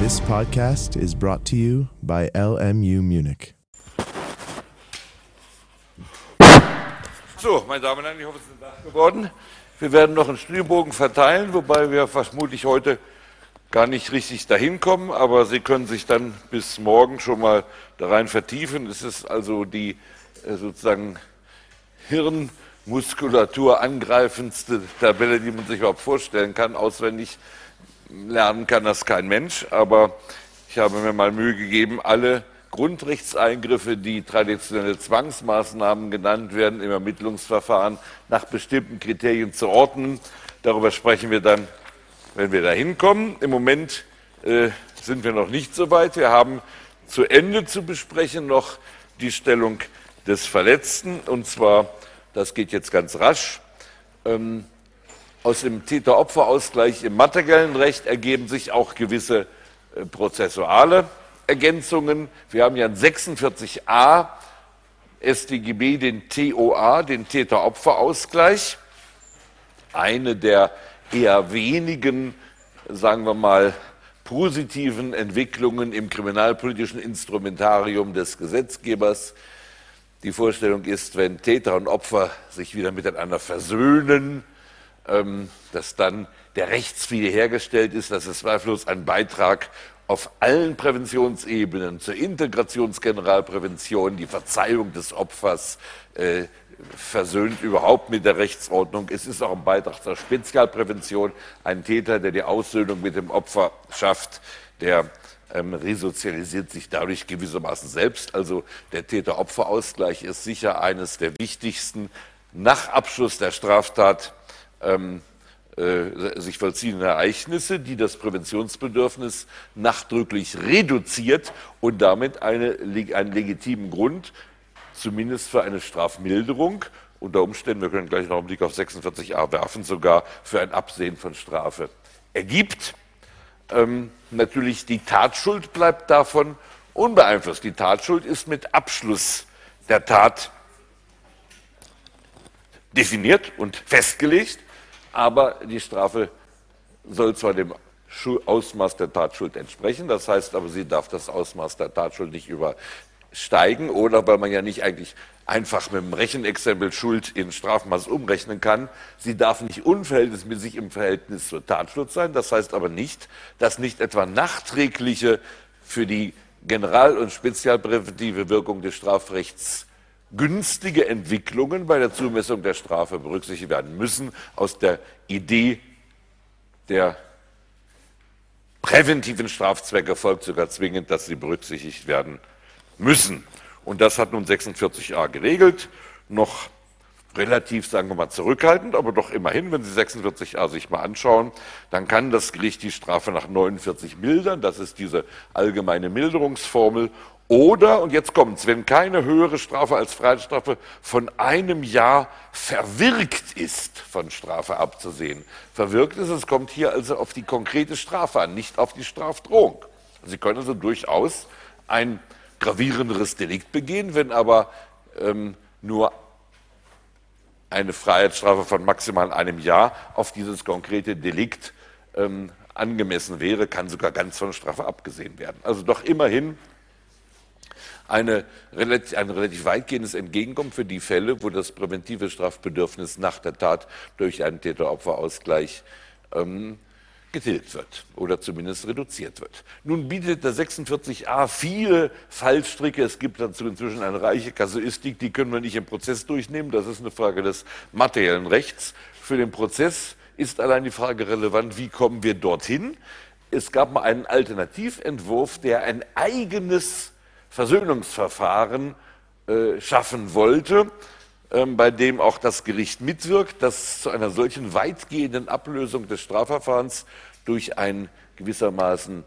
This podcast is brought to you by LMU Munich. So, meine Damen und Herren, ich hoffe, es ist wach geworden. Wir werden noch einen Studiobogen verteilen, wobei wir vermutlich heute gar nicht richtig dahin kommen, aber Sie können sich dann bis morgen schon mal da rein vertiefen. Es ist also die sozusagen Hirnmuskulatur angreifendste Tabelle, die man sich überhaupt vorstellen kann. Auswendig lernen kann das kein Mensch, aber ich habe mir mal Mühe gegeben, alle Grundrechtseingriffe, die traditionelle Zwangsmaßnahmen genannt werden, im Ermittlungsverfahren nach bestimmten Kriterien zu ordnen. Darüber sprechen wir dann, wenn wir da hinkommen. Im Moment sind wir noch nicht so weit. Wir haben zu Ende zu besprechen noch die Stellung des Verletzten. Und zwar, das geht jetzt ganz rasch, aus dem Täter-Opfer-Ausgleich im materiellen Recht ergeben sich auch gewisse prozessuale Ergänzungen. Wir haben ja in 46a StGB den TOA, den Täter-Opfer-Ausgleich. Eine der eher wenigen, sagen wir mal, positiven Entwicklungen im kriminalpolitischen Instrumentarium des Gesetzgebers. Die Vorstellung ist, wenn Täter und Opfer sich wieder miteinander versöhnen, dass dann der Rechtsfriede hergestellt ist, dass es zweifellos ein Beitrag auf allen Präventionsebenen zur Integrationsgeneralprävention, die Verzeihung des Opfers, versöhnt überhaupt mit der Rechtsordnung. Es ist auch ein Beitrag zur Spezialprävention. Ein Täter, der die Aussöhnung mit dem Opfer schafft, der resozialisiert sich dadurch gewissermaßen selbst. Also der Täter-Opfer-Ausgleich ist sicher eines der wichtigsten nach Abschluss der Straftat sich vollziehenden Ereignisse, die das Präventionsbedürfnis nachdrücklich reduziert und damit einen legitimen Grund, zumindest für eine Strafmilderung, unter Umständen, wir können gleich noch einen Blick auf 46a werfen, sogar für ein Absehen von Strafe ergibt. Natürlich die Tatschuld bleibt davon unbeeinflusst. Die Tatschuld ist mit Abschluss der Tat definiert und festgelegt, aber die Strafe soll zwar dem Ausmaß der Tatschuld entsprechen, das heißt aber, sie darf das Ausmaß der Tatschuld nicht übersteigen, oder weil man ja nicht eigentlich einfach mit dem Rechenexempel Schuld in Strafmaß umrechnen kann, sie darf nicht unverhältnismäßig im Verhältnis zur Tatschuld sein, das heißt aber nicht, dass nicht etwa nachträgliche für die general- und spezialpräventive Wirkung des Strafrechts günstige Entwicklungen bei der Zumessung der Strafe berücksichtigt werden müssen. Aus der Idee der präventiven Strafzwecke folgt sogar zwingend, dass sie berücksichtigt werden müssen. Und das hat nun 46a geregelt, noch relativ, sagen wir mal, zurückhaltend, aber doch immerhin, wenn Sie 46a sich mal anschauen, dann kann das Gericht die Strafe nach 49 mildern, das ist diese allgemeine Milderungsformel. Oder, und jetzt kommt's, wenn keine höhere Strafe als Freiheitsstrafe von einem Jahr verwirkt ist, von Strafe abzusehen. Verwirkt ist, es kommt hier also auf die konkrete Strafe an, nicht auf die Strafdrohung. Sie können also durchaus ein gravierenderes Delikt begehen, wenn aber nur eine Freiheitsstrafe von maximal einem Jahr auf dieses konkrete Delikt angemessen wäre, kann sogar ganz von Strafe abgesehen werden. Also doch immerhin ein relativ weitgehendes Entgegenkommen für die Fälle, wo das präventive Strafbedürfnis nach der Tat durch einen Täter-Opfer-Ausgleich getilgt wird oder zumindest reduziert wird. Nun bietet der 46a viele Fallstricke. Es gibt dazu inzwischen eine reiche Kasuistik, die können wir nicht im Prozess durchnehmen. Das ist eine Frage des materiellen Rechts. Für den Prozess ist allein die Frage relevant, wie kommen wir dorthin? Es gab mal einen Alternativentwurf, der ein eigenes Versöhnungsverfahren schaffen wollte, bei dem auch das Gericht mitwirkt, das zu einer solchen weitgehenden Ablösung des Strafverfahrens durch ein gewissermaßen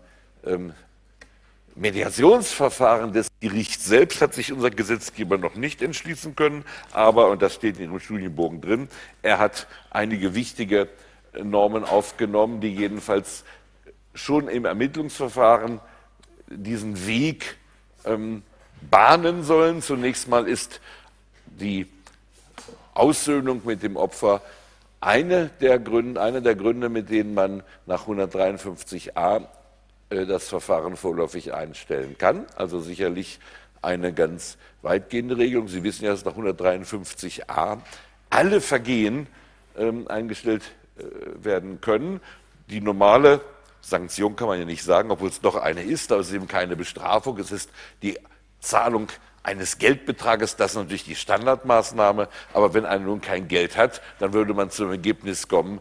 Mediationsverfahren des Gerichts selbst hat sich unser Gesetzgeber noch nicht entschließen können, aber, und das steht in dem Studienbogen drin, er hat einige wichtige Normen aufgenommen, die jedenfalls schon im Ermittlungsverfahren diesen Weg bahnen sollen. Zunächst mal ist die Aussöhnung mit dem Opfer einer der Gründe, mit denen man nach 153a das Verfahren vorläufig einstellen kann. Also sicherlich eine ganz weitgehende Regelung. Sie wissen ja, dass nach 153a alle Vergehen eingestellt werden können. Die normale Sanktion kann man ja nicht sagen, obwohl es doch eine ist, aber es ist eben keine Bestrafung. Es ist die Zahlung eines Geldbetrages, das ist natürlich die Standardmaßnahme, aber wenn einer nun kein Geld hat, dann würde man zum Ergebnis kommen,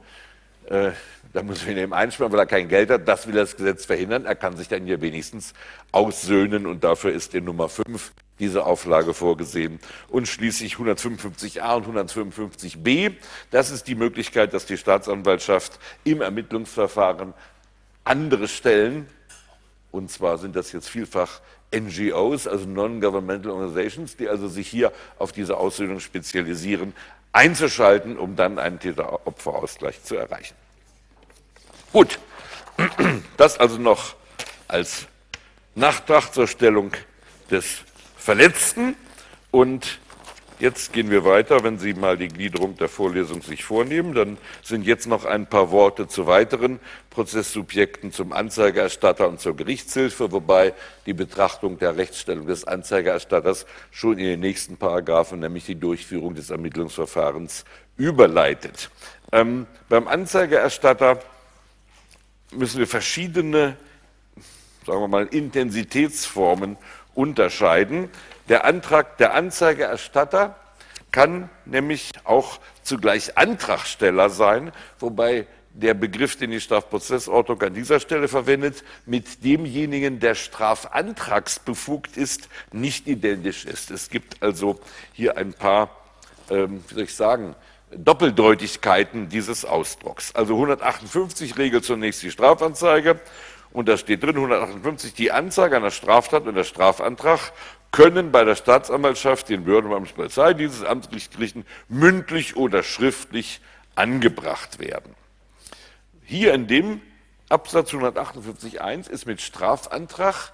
da muss man ihn eben einsperren, weil er kein Geld hat. Das will das Gesetz verhindern. Er kann sich dann hier wenigstens aussöhnen und dafür ist in Nummer 5 diese Auflage vorgesehen. Und schließlich 155a und 155b. Das ist die Möglichkeit, dass die Staatsanwaltschaft im Ermittlungsverfahren andere Stellen, und zwar sind das jetzt vielfach NGOs, also Non-Governmental Organizations, die also sich hier auf diese Aussöhnung spezialisieren, einzuschalten, um dann einen Täter-Opfer-Ausgleich zu erreichen. Gut, das also noch als Nachtrag zur Stellung des Verletzten. Und jetzt gehen wir weiter. Wenn Sie mal die Gliederung der Vorlesung sich vornehmen, dann sind jetzt noch ein paar Worte zu weiteren Prozesssubjekten, zum Anzeigerstatter und zur Gerichtshilfe, wobei die Betrachtung der Rechtsstellung des Anzeigerstatters schon in den nächsten Paragraphen, nämlich die Durchführung des Ermittlungsverfahrens, überleitet. Beim Anzeigerstatter müssen wir verschiedene, sagen wir mal, Intensitätsformen unterscheiden. Der Anzeigerstatter kann nämlich auch zugleich Antragsteller sein, wobei der Begriff, den die Strafprozessordnung an dieser Stelle verwendet, mit demjenigen, der strafantragsbefugt ist, nicht identisch ist. Es gibt also hier ein paar, wie soll ich sagen, Doppeldeutigkeiten dieses Ausdrucks. Also 158 regelt zunächst die Strafanzeige und da steht drin 158, die Anzeige einer Straftat und der Strafantrag können bei der Staatsanwaltschaft, den Behörden beim Polizeidienst, Amtsgerichten mündlich oder schriftlich angebracht werden. Hier in dem Absatz 158.1 ist mit Strafantrag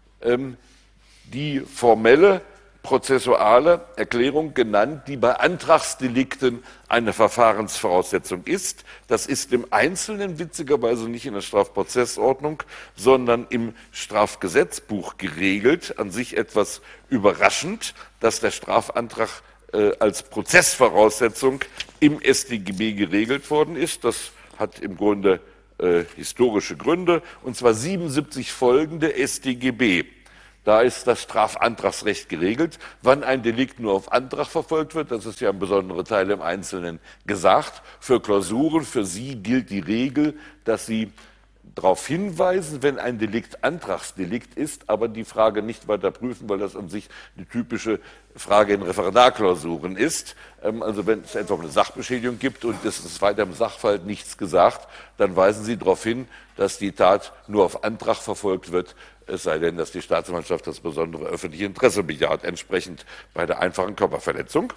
die formelle prozessuale Erklärung genannt, die bei Antragsdelikten eine Verfahrensvoraussetzung ist. Das ist im Einzelnen witzigerweise nicht in der Strafprozessordnung, sondern im Strafgesetzbuch geregelt. An sich etwas überraschend, dass der Strafantrag als Prozessvoraussetzung im StGB geregelt worden ist. Das hat im Grunde historische Gründe, und zwar 77 folgende StGB. Da ist das Strafantragsrecht geregelt, wann ein Delikt nur auf Antrag verfolgt wird. Das ist ja in besonderen Teilen im Einzelnen gesagt. Für Klausuren, für Sie gilt die Regel, dass Sie darauf hinweisen, wenn ein Delikt Antragsdelikt ist, aber die Frage nicht weiter prüfen, weil das an sich eine typische Frage in Referendarklausuren ist. Also wenn es etwa eine Sachbeschädigung gibt und es ist weiter im Sachverhalt nichts gesagt, dann weisen Sie darauf hin, dass die Tat nur auf Antrag verfolgt wird, es sei denn, dass die Staatsanwaltschaft das besondere öffentliche Interesse bejaht, entsprechend bei der einfachen Körperverletzung.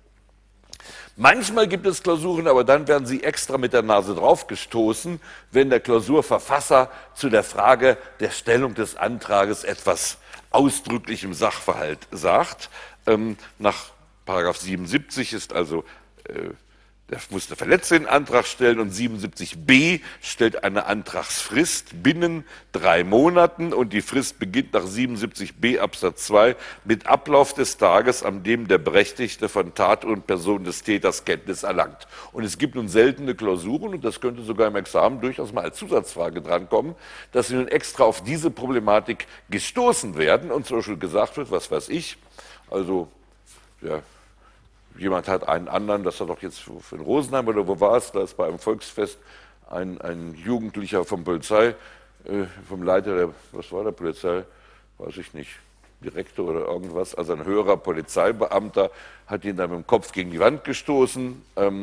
Manchmal gibt es Klausuren, aber dann werden sie extra mit der Nase draufgestoßen, wenn der Klausurverfasser zu der Frage der Stellung des Antrages etwas ausdrücklich im Sachverhalt sagt. Nach § 77 ist also da muss der Verletzte den Antrag stellen und 77b stellt eine Antragsfrist binnen 3 Monaten und die Frist beginnt nach 77b Absatz 2 mit Ablauf des Tages, an dem der Berechtigte von Tat und Person des Täters Kenntnis erlangt. Und es gibt nun seltene Klausuren, und das könnte sogar im Examen durchaus mal als Zusatzfrage drankommen, dass sie nun extra auf diese Problematik gestoßen werden und zum Beispiel gesagt wird, was weiß ich, also ja, jemand hat einen anderen, das war doch jetzt für Rosenheim oder wo war es, da ist bei einem Volksfest ein Jugendlicher vom Leiter der, was war der Polizei, weiß ich nicht, Direktor oder irgendwas, also ein höherer Polizeibeamter, hat ihn dann mit dem Kopf gegen die Wand gestoßen.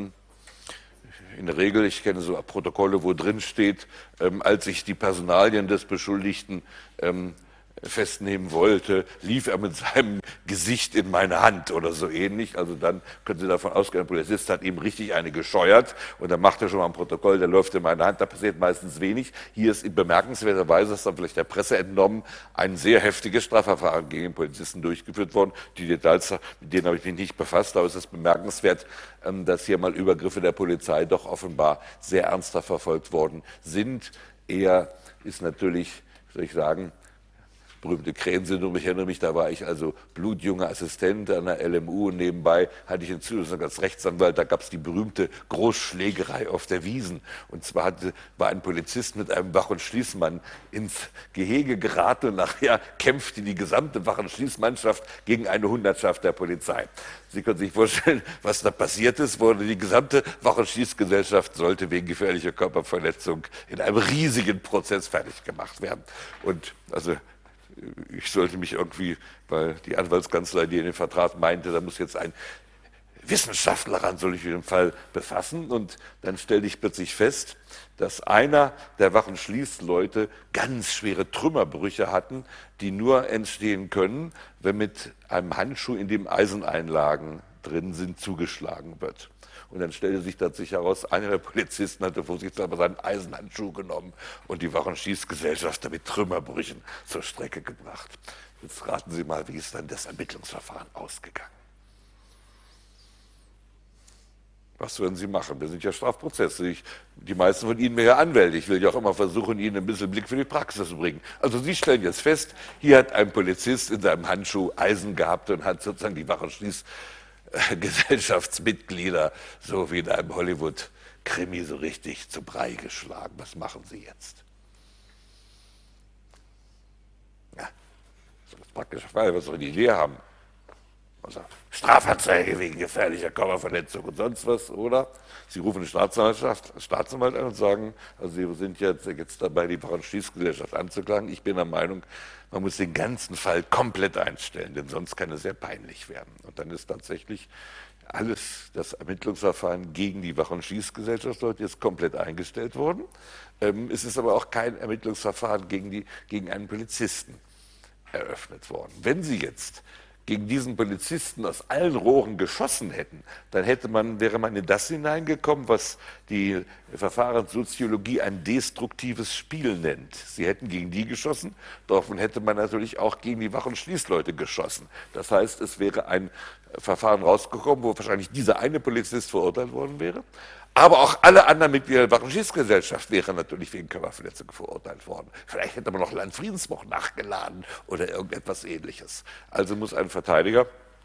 In der Regel, ich kenne so Protokolle, wo drin steht, als ich die Personalien des Beschuldigten festnehmen wollte, lief er mit seinem Gesicht in meine Hand oder so ähnlich. Also dann können Sie davon ausgehen, der Polizist hat ihm richtig eine gescheuert und dann macht er schon mal ein Protokoll, der läuft in meine Hand, da passiert meistens wenig. Hier ist bemerkenswerterweise, ist dann vielleicht der Presse entnommen, ein sehr heftiges Strafverfahren gegen den Polizisten durchgeführt worden. Die Details, mit denen habe ich mich nicht befasst, aber es ist bemerkenswert, dass hier mal Übergriffe der Polizei doch offenbar sehr ernsthaft verfolgt worden sind. Er ist natürlich soll ich sagen, berühmte Krähensyndrom. Ich erinnere mich, da war ich also blutjunger Assistent an der LMU und nebenbei hatte ich eine Zulassung als Rechtsanwalt. Da gab es die berühmte Großschlägerei auf der Wiesn. Und zwar war ein Polizist mit einem Wach- und Schließmann ins Gehege geraten und nachher kämpfte die gesamte Wach- und Schließmannschaft gegen eine Hundertschaft der Polizei. Sie können sich vorstellen, was da passiert ist. Die gesamte Wach- und Schließgesellschaft sollte wegen gefährlicher Körperverletzung in einem riesigen Prozess fertig gemacht werden. Und also ich sollte mich irgendwie, weil die Anwaltskanzlei, die den Vertrag meinte, da muss jetzt ein Wissenschaftler ran, soll ich mit dem Fall befassen. Und dann stellte ich plötzlich fest, dass einer der Wach- und Schließleute ganz schwere Trümmerbrüche hatten, die nur entstehen können, wenn mit einem Handschuh, in dem Eiseneinlagen drin sind, zugeschlagen wird. Und dann stellte sich tatsächlich heraus, einer der Polizisten hatte vorsichtshalber seinen Eisenhandschuh genommen und die Wach- und Schließgesellschaft mit Trümmerbrüchen zur Strecke gebracht. Jetzt raten Sie mal, wie ist dann das Ermittlungsverfahren ausgegangen? Was würden Sie machen? Wir sind ja Strafprozesse. Die meisten von Ihnen wären ja Anwälte. Ich will ja auch immer versuchen, Ihnen ein bisschen Blick für die Praxis zu bringen. Also Sie stellen jetzt fest, hier hat ein Polizist in seinem Handschuh Eisen gehabt und hat sozusagen die Wach- und Schließgesellschaftsmitglieder so wie in einem Hollywood-Krimi so richtig zu Brei geschlagen. Was machen Sie jetzt? Ja, das ist ein praktischer Fall, was Sie eine Idee haben. Also Strafanzeige wegen gefährlicher Körperverletzung und sonst was, oder? Sie rufen die Staatsanwalt an und sagen, also Sie sind jetzt dabei, die Wach- und Schließgesellschaft anzuklagen. Ich bin der Meinung, man muss den ganzen Fall komplett einstellen, denn sonst kann es sehr peinlich werden. Und dann ist tatsächlich das Ermittlungsverfahren gegen die Wach- und Schließgesellschaft jetzt komplett eingestellt worden. Es ist aber auch kein Ermittlungsverfahren gegen einen Polizisten eröffnet worden. Wenn Sie jetzt gegen diesen Polizisten aus allen Rohren geschossen hätten, dann wäre man in das hineingekommen, was die Verfahrenssoziologie ein destruktives Spiel nennt. Sie hätten gegen die geschossen, daraufhin hätte man natürlich auch gegen die Wach- und Schließleute geschossen. Das heißt, es wäre ein Verfahren rausgekommen, wo wahrscheinlich dieser eine Polizist verurteilt worden wäre. Aber auch alle anderen Mitglieder der Wach- und Schließgesellschaft wären natürlich wegen Körperverletzung verurteilt worden. Vielleicht hätte man noch Landfriedensbruch nachgeladen oder irgendetwas Ähnliches. Also muss ein Verteidiger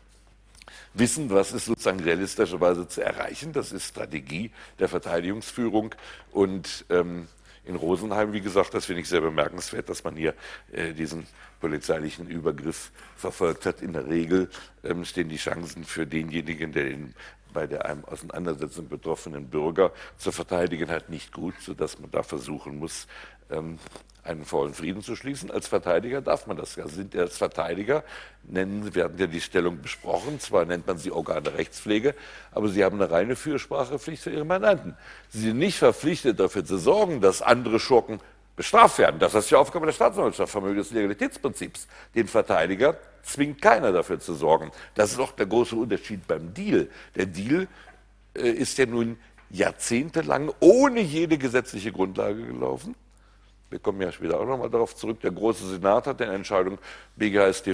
wissen, was ist sozusagen realistischerweise zu erreichen. Das ist Strategie der Verteidigungsführung. Und in Rosenheim, wie gesagt, das finde ich sehr bemerkenswert, dass man hier diesen polizeilichen Übergriff verfolgt hat. In der Regel stehen die Chancen für denjenigen, der bei der einem Auseinandersetzung betroffenen Bürger zu verteidigen hat, nicht gut, sodass man da versuchen muss, einen faulen Frieden zu schließen. Als Verteidiger darf man das ja. Sind als Verteidiger, werden ja die Stellung besprochen, zwar nennt man sie Organe Rechtspflege, aber sie haben eine reine Fürsprachepflicht für ihre Mandanten. Sie sind nicht verpflichtet, dafür zu sorgen, dass andere Schurken bestraft werden. Das ist die Aufgabe der Staatsanwaltschaft, Vermögen des Legalitätsprinzips. Den Verteidiger zwingt keiner dafür zu sorgen. Das ist auch der große Unterschied beim Deal. Der Deal ist ja nun jahrzehntelang ohne jede gesetzliche Grundlage gelaufen. Wir kommen ja später auch nochmal darauf zurück. Der große Senat hat in der Entscheidung BGHST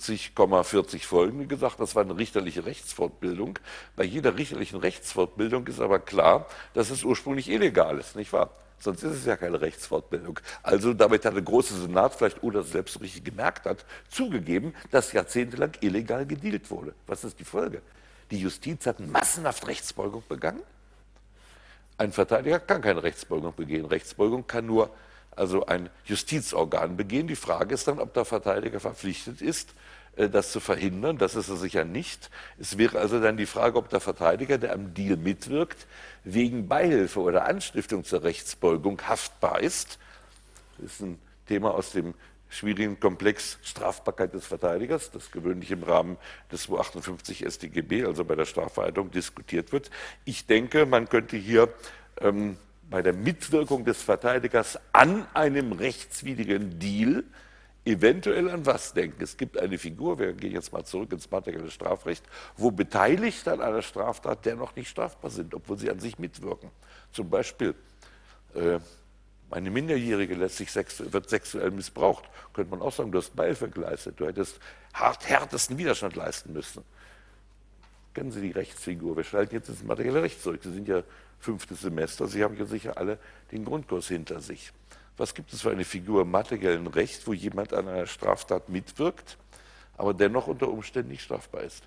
50,40 folgende gesagt. Das war eine richterliche Rechtsfortbildung. Bei jeder richterlichen Rechtsfortbildung ist aber klar, dass es ursprünglich illegal ist, nicht wahr? Sonst ist es ja keine Rechtsfortbildung. Also damit hat der große Senat, vielleicht ohne dass er selbst so richtig gemerkt hat, zugegeben, dass jahrzehntelang illegal gedealt wurde. Was ist die Folge? Die Justiz hat massenhaft Rechtsbeugung begangen. Ein Verteidiger kann keine Rechtsbeugung begehen. Rechtsbeugung kann nur ein Justizorgan begehen. Die Frage ist dann, ob der Verteidiger verpflichtet ist, das zu verhindern. Das ist er sicher nicht. Es wäre also dann die Frage, ob der Verteidiger, der am Deal mitwirkt, wegen Beihilfe oder Anstiftung zur Rechtsbeugung haftbar ist. Das ist ein Thema aus dem schwierigen Komplex Strafbarkeit des Verteidigers, das gewöhnlich im Rahmen des 258 StGB, also bei der Strafverhandlung, diskutiert wird. Ich denke, man könnte hier bei der Mitwirkung des Verteidigers an einem rechtswidrigen Deal eventuell an was denken. Es gibt eine Figur, wir gehen jetzt mal zurück ins materielle Strafrecht, wo Beteiligte an einer Straftat dennoch nicht strafbar sind, obwohl sie an sich mitwirken. Zum Beispiel eine Minderjährige wird sexuell missbraucht. Könnte man auch sagen, du hast Beihilfe geleistet, du hättest härtesten Widerstand leisten müssen. Kennen Sie die Rechtsfigur? Wir schalten jetzt ins materielle Recht zurück. Sie sind ja 5. Semester, Sie haben ja sicher alle den Grundkurs hinter sich. Was gibt es für eine Figur im materiellen Recht, wo jemand an einer Straftat mitwirkt, aber dennoch unter Umständen nicht strafbar ist?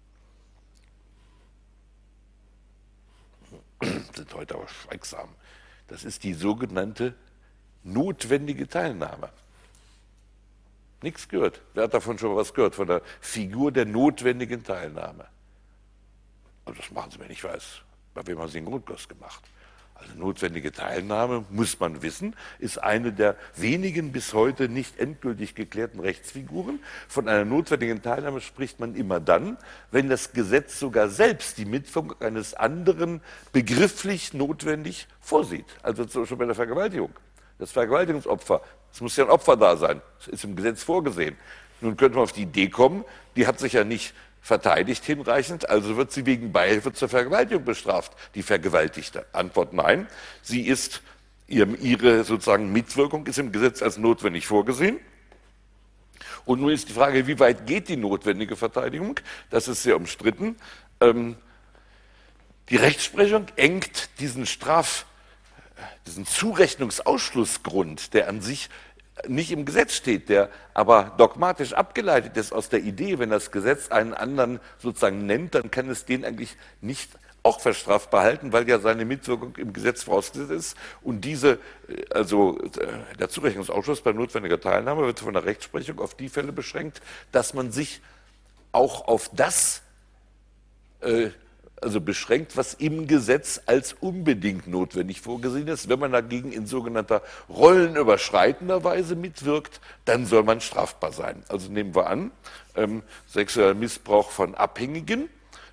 Sind heute aber schweigsam. Das ist die sogenannte notwendige Teilnahme. Nichts gehört. Wer hat davon schon was gehört? Von der Figur der notwendigen Teilnahme. Also das machen Sie, wenn ich weiß. Bei wem haben Sie einen Grundkurs gemacht? Also notwendige Teilnahme, muss man wissen, ist eine der wenigen bis heute nicht endgültig geklärten Rechtsfiguren. Von einer notwendigen Teilnahme spricht man immer dann, wenn das Gesetz sogar selbst die Mitwirkung eines anderen begrifflich notwendig vorsieht. Also zum Beispiel bei der Vergewaltigung. Das Vergewaltigungsopfer, es muss ja ein Opfer da sein, das ist im Gesetz vorgesehen. Nun könnte man auf die Idee kommen, die hat sich ja nicht verteidigt hinreichend, also wird sie wegen Beihilfe zur Vergewaltigung bestraft, die Vergewaltigte. Antwort nein, ihre sozusagen Mitwirkung ist im Gesetz als notwendig vorgesehen. Und nun ist die Frage, wie weit geht die notwendige Verteidigung? Das ist sehr umstritten. Die Rechtsprechung engt diesen Zurechnungsausschlussgrund, der an sich nicht im Gesetz steht, der aber dogmatisch abgeleitet ist aus der Idee, wenn das Gesetz einen anderen sozusagen nennt, dann kann es den eigentlich nicht auch für strafbar halten, weil ja seine Mitwirkung im Gesetz vorausgesetzt ist. Und der Zurechnungsausschuss bei notwendiger Teilnahme wird von der Rechtsprechung auf die Fälle beschränkt, dass man sich auch auf das beschränkt, was im Gesetz als unbedingt notwendig vorgesehen ist. Wenn man dagegen in sogenannter rollenüberschreitender Weise mitwirkt, dann soll man strafbar sein. Also nehmen wir an, sexueller Missbrauch von Abhängigen,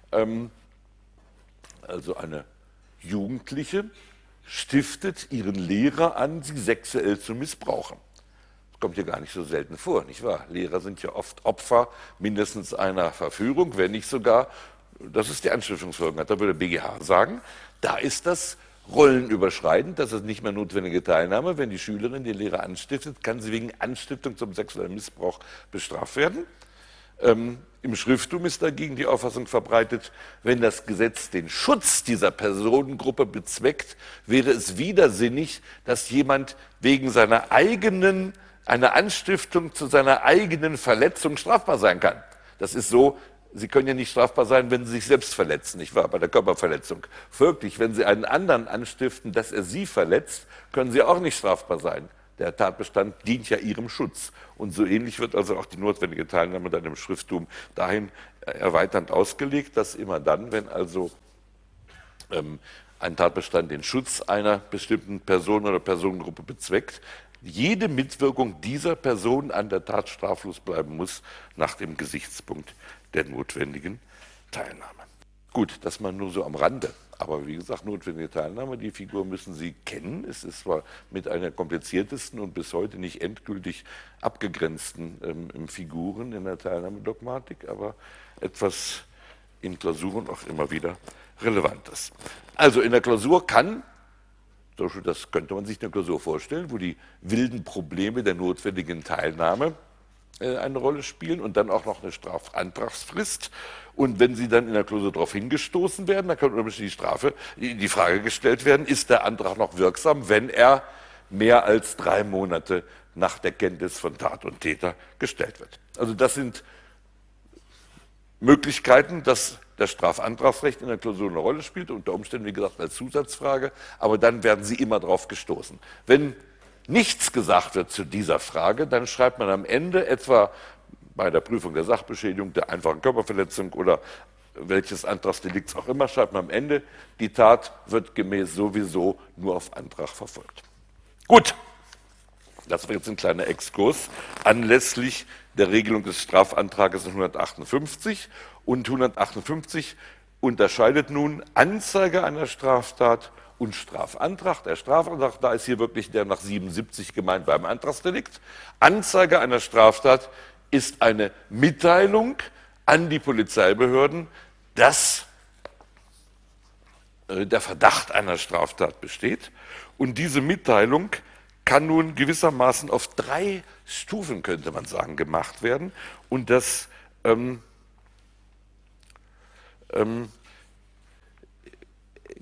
also eine Jugendliche stiftet ihren Lehrer an, sie sexuell zu missbrauchen. Das kommt hier gar nicht so selten vor, nicht wahr? Lehrer sind ja oft Opfer mindestens einer Verführung, wenn nicht sogar. Das ist die Anstiftungsfolge. Da würde BGH sagen, da ist das rollenüberschreitend, das ist nicht mehr notwendige Teilnahme. Wenn die Schülerin den Lehrer anstiftet, kann sie wegen Anstiftung zum sexuellen Missbrauch bestraft werden. Im Schrifttum ist dagegen die Auffassung verbreitet, wenn das Gesetz den Schutz dieser Personengruppe bezweckt, wäre es widersinnig, dass jemand wegen einer Anstiftung zu seiner eigenen Verletzung strafbar sein kann. Das ist so, Sie können ja nicht strafbar sein, wenn Sie sich selbst verletzen, nicht wahr? Bei der Körperverletzung. Folglich, wenn Sie einen anderen anstiften, dass er Sie verletzt, können Sie auch nicht strafbar sein. Der Tatbestand dient ja Ihrem Schutz. Und so ähnlich wird also auch die notwendige Teilnahme dann im Schrifttum dahin erweiternd ausgelegt, dass immer dann, wenn also ein Tatbestand den Schutz einer bestimmten Person oder Personengruppe bezweckt, jede Mitwirkung dieser Person an der Tat straflos bleiben muss, nach dem Gesichtspunkt der notwendigen Teilnahme. Gut, das mal nur so am Rande. Aber wie gesagt, notwendige Teilnahme, die Figur müssen Sie kennen. Es ist zwar mit einer kompliziertesten und bis heute nicht endgültig abgegrenzten Figuren in der Teilnahmedogmatik, aber etwas in Klausuren auch immer wieder Relevantes. Also in der Klausur das könnte man sich in der Klausur vorstellen, wo die wilden Probleme der notwendigen Teilnahme eine Rolle spielen und dann auch noch eine Strafantragsfrist. Und wenn Sie dann in der Klausur darauf hingestoßen werden, dann kann die Frage gestellt werden, ist der Antrag noch wirksam, wenn er mehr als 3 Monate nach der Kenntnis von Tat und Täter gestellt wird. Also das sind Möglichkeiten, dass das Strafantragsrecht in der Klausur eine Rolle spielt, unter Umständen, wie gesagt, als Zusatzfrage, aber dann werden Sie immer darauf gestoßen. Wenn nichts gesagt wird zu dieser Frage, dann schreibt man am Ende etwa bei der Prüfung der Sachbeschädigung, der einfachen Körperverletzung oder welches Antragsdelikts auch immer, schreibt man am Ende, die Tat wird gemäß sowieso nur auf Antrag verfolgt. Gut, das war jetzt ein kleiner Exkurs anlässlich der Regelung des Strafantrages in 158. Und 158 unterscheidet nun Anzeige einer Straftat und Strafantrag. Der Strafantrag, da ist hier wirklich der nach 77 gemeint beim Antragsdelikt. Anzeige einer Straftat ist eine Mitteilung an die Polizeibehörden, dass der Verdacht einer Straftat besteht. Und diese Mitteilung kann nun gewissermaßen auf 3 Stufen, könnte man sagen, gemacht werden. Und das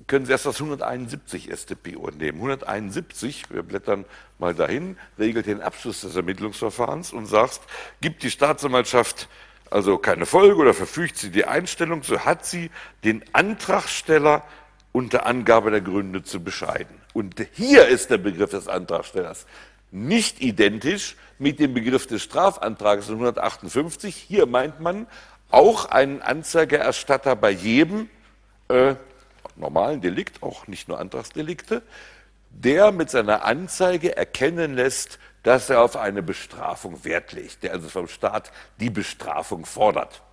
können Sie erst das 171 StPO nehmen. 171, wir blättern mal dahin, regelt den Abschluss des Ermittlungsverfahrens und sagt, gibt die Staatsanwaltschaft also keine Folge oder verfügt sie die Einstellung, so hat sie den Antragsteller unter Angabe der Gründe zu bescheiden. Und hier ist der Begriff des Antragstellers nicht identisch mit dem Begriff des Strafantrags 158. Hier meint man auch einen Anzeigerstatter bei jedem normalen Delikt, auch nicht nur Antragsdelikte, der mit seiner Anzeige erkennen lässt, dass er auf eine Bestrafung Wert legt, der also vom Staat die Bestrafung fordert.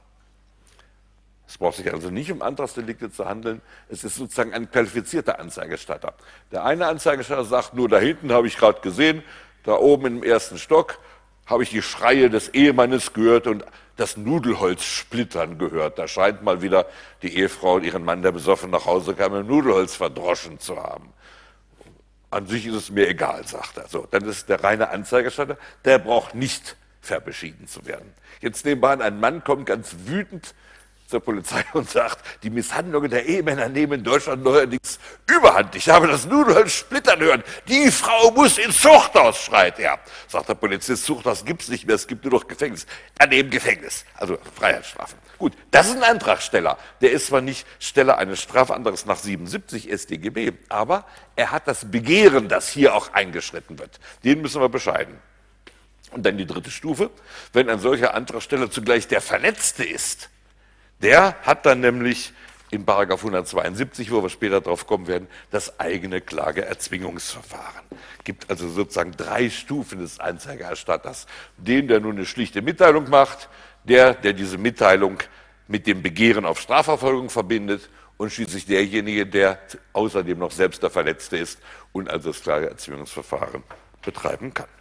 Es braucht sich also nicht um Antragsdelikte zu handeln, es ist sozusagen ein qualifizierter Anzeigestatter. Der eine Anzeigestatter sagt, nur da hinten habe ich gerade gesehen, da oben im ersten Stock habe ich die Schreie des Ehemannes gehört und das Nudelholz splittern gehört. Da scheint mal wieder die Ehefrau ihren Mann, der besoffen nach Hause kam, mit Nudelholz verdroschen zu haben. An sich ist es mir egal, sagt er. So, dann ist der reine Anzeigestatter, der braucht nicht verbeschieden zu werden. Jetzt nebenbei ein Mann kommt ganz wütend zur Polizei und sagt, die Misshandlungen der Ehemänner nehmen in Deutschland neuerdings überhand. Ich habe das Nudelholz splittern hören. Die Frau muss ins Zuchthaus, schreit er. Sagt der Polizist, Zuchthaus gibt's nicht mehr, es gibt nur noch Gefängnis. Daneben Gefängnis, also Freiheitsstrafen. Gut, das ist ein Antragsteller. Der ist zwar nicht Steller eines Strafantrags nach 77 StGB, aber er hat das Begehren, das hier auch eingeschritten wird. Den müssen wir bescheiden. Und dann die dritte Stufe, wenn ein solcher Antragsteller zugleich der Verletzte ist, der hat dann nämlich in § 172, wo wir später drauf kommen werden, das eigene Klageerzwingungsverfahren. Gibt also sozusagen 3 Stufen des Anzeigerstatters. Den, der nur eine schlichte Mitteilung macht, der diese Mitteilung mit dem Begehren auf Strafverfolgung verbindet und schließlich derjenige, der außerdem noch selbst der Verletzte ist und also das Klageerzwingungsverfahren betreiben kann.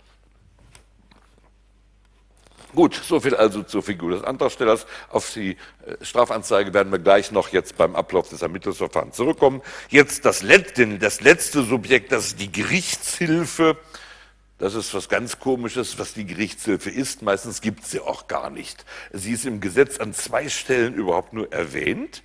Gut, soviel also zur Figur des Antragstellers. Auf die Strafanzeige werden wir gleich noch jetzt beim Ablauf des Ermittlungsverfahrens zurückkommen. Jetzt das letzte Subjekt, das ist die Gerichtshilfe. Das ist was ganz Komisches, was die Gerichtshilfe ist. Meistens gibt es sie auch gar nicht. Sie ist im Gesetz an 2 Stellen überhaupt nur erwähnt.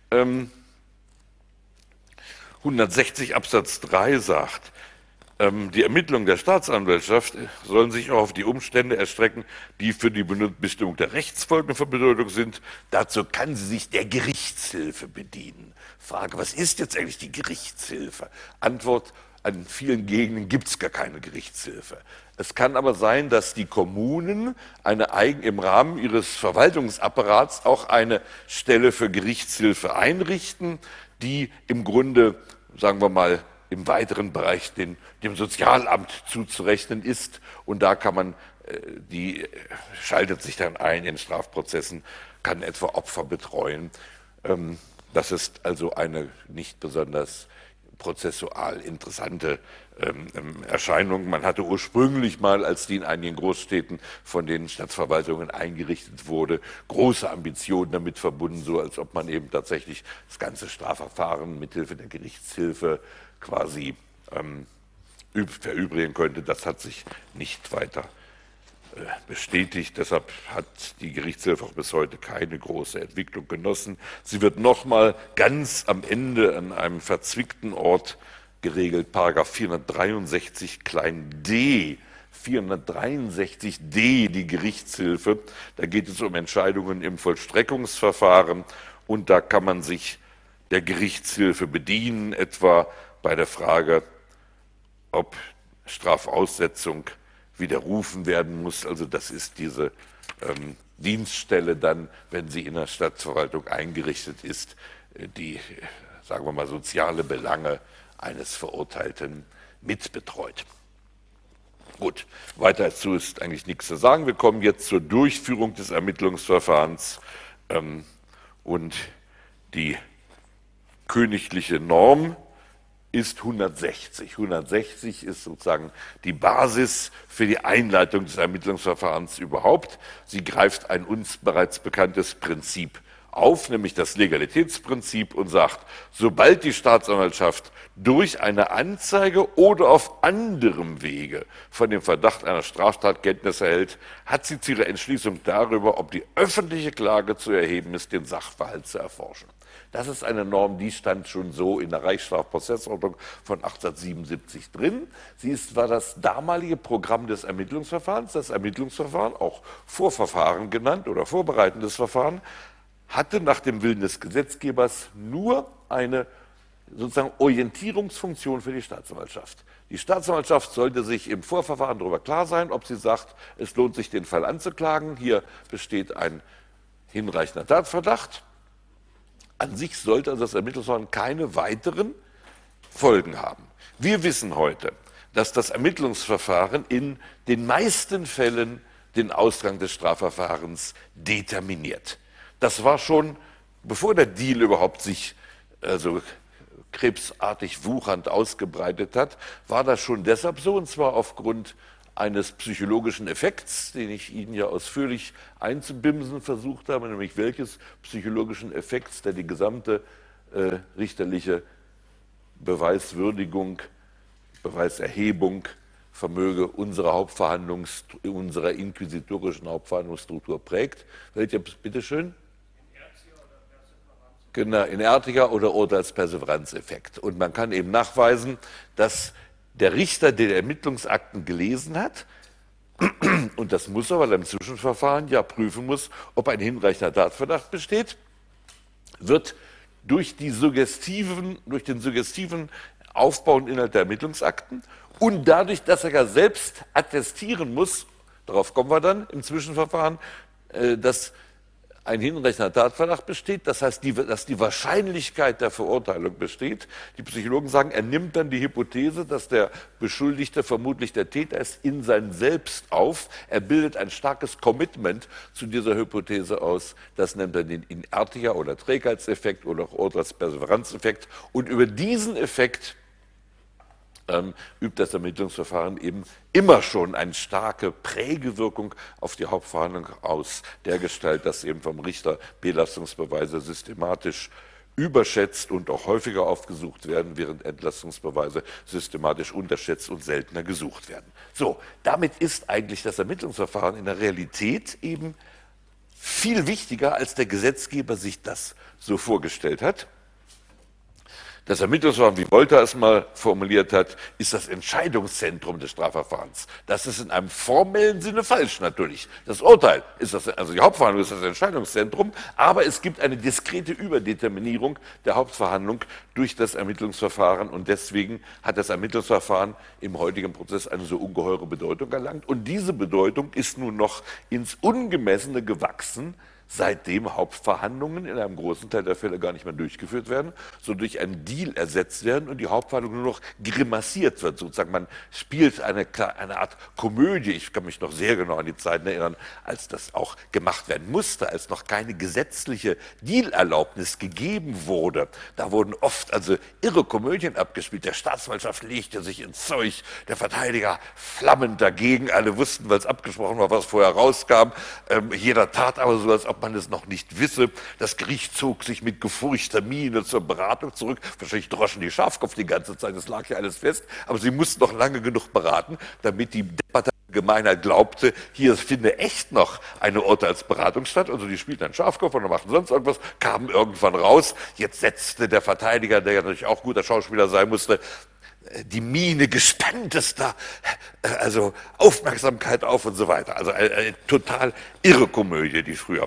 160 Absatz 3 sagt, die Ermittlungen der Staatsanwaltschaft sollen sich auch auf die Umstände erstrecken, die für die Bestimmung der Rechtsfolgen von Bedeutung sind. Dazu kann sie sich der Gerichtshilfe bedienen. Frage, was ist jetzt eigentlich die Gerichtshilfe? Antwort, an vielen Gegenden gibt es gar keine Gerichtshilfe. Es kann aber sein, dass die Kommunen im Rahmen ihres Verwaltungsapparats auch eine Stelle für Gerichtshilfe einrichten, die im Grunde, sagen wir mal, im weiteren Bereich dem Sozialamt zuzurechnen ist. Und da kann man, die schaltet sich dann ein in Strafprozessen, kann etwa Opfer betreuen. Das ist also eine nicht besonders prozessual interessante Erscheinung. Man hatte ursprünglich mal, als die in einigen Großstädten von den Stadtverwaltungen eingerichtet wurde, große Ambitionen damit verbunden, so als ob man eben tatsächlich das ganze Strafverfahren mithilfe der Gerichtshilfe quasi verübrigen könnte. Das hat sich nicht weiter bestätigt. Deshalb hat die Gerichtshilfe auch bis heute keine große Entwicklung genossen. Sie wird nochmal ganz am Ende an einem verzwickten Ort geregelt, § 463 klein d, 463d, die Gerichtshilfe. Da geht es um Entscheidungen im Vollstreckungsverfahren und da kann man sich der Gerichtshilfe bedienen, etwa bei der Frage, ob Strafaussetzung widerrufen werden muss. Also das ist diese Dienststelle dann, wenn sie in der Stadtverwaltung eingerichtet ist, die, sagen wir mal, soziale Belange eines Verurteilten mitbetreut. Gut, weiter dazu ist eigentlich nichts zu sagen. Wir kommen jetzt zur Durchführung des Ermittlungsverfahrens und die königliche Norm ist 160. 160 ist sozusagen die Basis für die Einleitung des Ermittlungsverfahrens überhaupt. Sie greift ein uns bereits bekanntes Prinzip auf, nämlich das Legalitätsprinzip und sagt, sobald die Staatsanwaltschaft durch eine Anzeige oder auf anderem Wege von dem Verdacht einer Straftat Kenntnis erhält, hat sie zu ihrer Entschließung darüber, ob die öffentliche Klage zu erheben ist, den Sachverhalt zu erforschen. Das ist eine Norm, die stand schon so in der Reichsstrafprozessordnung von 1877 drin. War das damalige Programm des Ermittlungsverfahrens. Das Ermittlungsverfahren, auch Vorverfahren genannt oder vorbereitendes Verfahren, hatte nach dem Willen des Gesetzgebers nur eine sozusagen Orientierungsfunktion für die Staatsanwaltschaft. Die Staatsanwaltschaft sollte sich im Vorverfahren darüber klar sein, ob sie sagt, es lohnt sich, den Fall anzuklagen. Hier besteht ein hinreichender Tatverdacht. An sich sollte also das Ermittlungsverfahren keine weiteren Folgen haben. Wir wissen heute, dass das Ermittlungsverfahren in den meisten Fällen den Ausgang des Strafverfahrens determiniert. Das war schon, bevor der Deal überhaupt sich krebsartig wuchernd ausgebreitet hat, war das schon deshalb so, und zwar aufgrund eines psychologischen Effekts, den ich Ihnen ja ausführlich einzubimsen versucht habe, nämlich welches psychologischen Effekts, der die gesamte richterliche Beweiswürdigung, Beweiserhebung vermöge unserer inquisitorischen Hauptverhandlungsstruktur prägt. Welcher, bitteschön? Genau, inertiger oder Urteilsperseveranzeffekt. Und man kann eben nachweisen, dass der Richter, der Ermittlungsakten gelesen hat, und das muss er, weil er im Zwischenverfahren ja prüfen muss, ob ein hinreichender Tatverdacht besteht, wird durch den suggestiven Aufbau und Inhalt der Ermittlungsakten und dadurch, dass er ja selbst attestieren muss, darauf kommen wir dann im Zwischenverfahren, dass ein hinreichender Tatverdacht besteht, das heißt, dass die Wahrscheinlichkeit der Verurteilung besteht. Die Psychologen sagen, er nimmt dann die Hypothese, dass der Beschuldigte vermutlich der Täter ist, in sein Selbst auf. Er bildet ein starkes Commitment zu dieser Hypothese aus. Das nennt er den inertiger oder Trägheitseffekt oder auch Urteilsperseveranzeffekt. Und über diesen Effekt übt das Ermittlungsverfahren eben immer schon eine starke Prägewirkung auf die Hauptverhandlung aus, dergestalt, dass eben vom Richter Belastungsbeweise systematisch überschätzt und auch häufiger aufgesucht werden, während Entlastungsbeweise systematisch unterschätzt und seltener gesucht werden. So, damit ist eigentlich das Ermittlungsverfahren in der Realität eben viel wichtiger, als der Gesetzgeber sich das so vorgestellt hat. Das Ermittlungsverfahren, wie Voltaire es mal formuliert hat, ist das Entscheidungszentrum des Strafverfahrens. Das ist in einem formellen Sinne falsch natürlich. Das Urteil ist also die Hauptverhandlung ist das Entscheidungszentrum, aber es gibt eine diskrete Überdeterminierung der Hauptverhandlung durch das Ermittlungsverfahren und deswegen hat das Ermittlungsverfahren im heutigen Prozess eine so ungeheure Bedeutung erlangt und diese Bedeutung ist nun noch ins Ungemessene gewachsen, seitdem Hauptverhandlungen in einem großen Teil der Fälle gar nicht mehr durchgeführt werden, so durch einen Deal ersetzt werden und die Hauptverhandlung nur noch grimassiert wird. Sozusagen man spielt eine Art Komödie. Ich kann mich noch sehr genau an die Zeiten erinnern, als das auch gemacht werden musste, als noch keine gesetzliche Dealerlaubnis gegeben wurde. Da wurden oft also irre Komödien abgespielt. Der Staatsanwaltschaft legte sich ins Zeug, der Verteidiger flammend dagegen. Alle wussten, weil es abgesprochen war, was vorher rauskam. Jeder tat aber so, als ob man es noch nicht wisse. Das Gericht zog sich mit gefurchter Miene zur Beratung zurück. Wahrscheinlich droschen die Schafkopf die ganze Zeit, das lag ja alles fest. Aber sie mussten noch lange genug beraten, damit die Gemeinheit glaubte, hier finde echt noch eine Urteilsberatung statt. Also die spielten einen Schafkopf und machten sonst irgendwas, kamen irgendwann raus. Jetzt setzte der Verteidiger, der ja natürlich auch guter Schauspieler sein musste, die Miene gespanntester, also Aufmerksamkeit auf und so weiter. Also eine total irre Komödie, die früher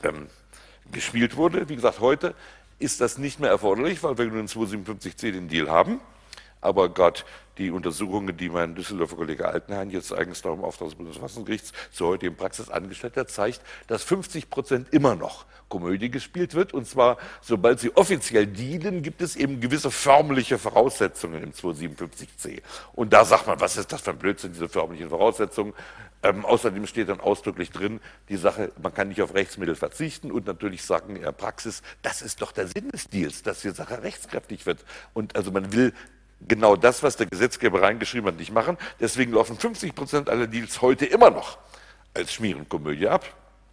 gespielt wurde. Wie gesagt, heute ist das nicht mehr erforderlich, weil wir nur in 257c den Deal haben. Aber gerade die Untersuchungen, die mein Düsseldorfer Kollege Altenhain jetzt eigens darum Auftrag des Bundesverfassungsgerichts zur heutigen Praxis angestellt hat, zeigt, dass 50% immer noch Komödie gespielt wird. Und zwar, sobald sie offiziell dealen, gibt es eben gewisse förmliche Voraussetzungen im 257c. Und da sagt man, was ist das für ein Blödsinn, diese förmlichen Voraussetzungen? Außerdem steht dann ausdrücklich drin, die Sache, man kann nicht auf Rechtsmittel verzichten und natürlich sagen in der Praxis, das ist doch der Sinn des Deals, dass die Sache rechtskräftig wird. Und also man will genau das, was der Gesetzgeber reingeschrieben hat, nicht machen. Deswegen laufen 50% aller Deals heute immer noch als Schmierenkomödie ab.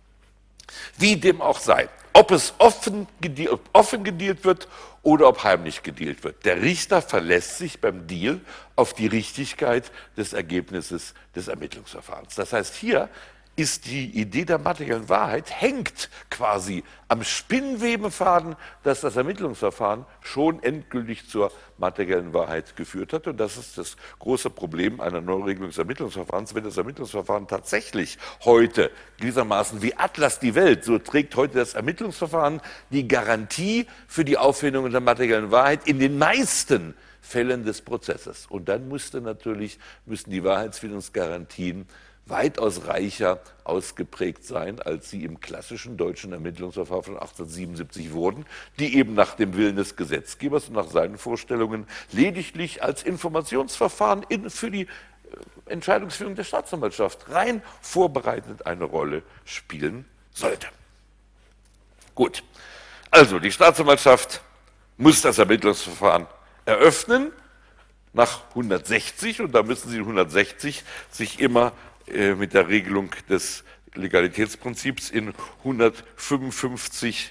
Wie dem auch sei, ob es offen gedealt wird oder ob heimlich gedealt wird. Der Richter verlässt sich beim Deal auf die Richtigkeit des Ergebnisses des Ermittlungsverfahrens. Das heißt, hier ist die Idee der materiellen Wahrheit, hängt quasi am Spinnwebenfaden, dass das Ermittlungsverfahren schon endgültig zur materiellen Wahrheit geführt hat. Und das ist das große Problem einer Neuregelung des Ermittlungsverfahrens. Wenn das Ermittlungsverfahren tatsächlich heute gewissermaßen wie Atlas die Welt, so trägt heute das Ermittlungsverfahren die Garantie für die Auffindung der materiellen Wahrheit in den meisten Fällen des Prozesses. Und dann müssen die Wahrheitsfindungsgarantien weitaus reicher ausgeprägt sein, als sie im klassischen deutschen Ermittlungsverfahren von 1877 wurden, die eben nach dem Willen des Gesetzgebers und nach seinen Vorstellungen lediglich als Informationsverfahren für die Entscheidungsfindung der Staatsanwaltschaft rein vorbereitend eine Rolle spielen sollte. Gut, also die Staatsanwaltschaft muss das Ermittlungsverfahren eröffnen nach 160, und da müssen Sie 160 sich immer mit der Regelung des Legalitätsprinzips in 155,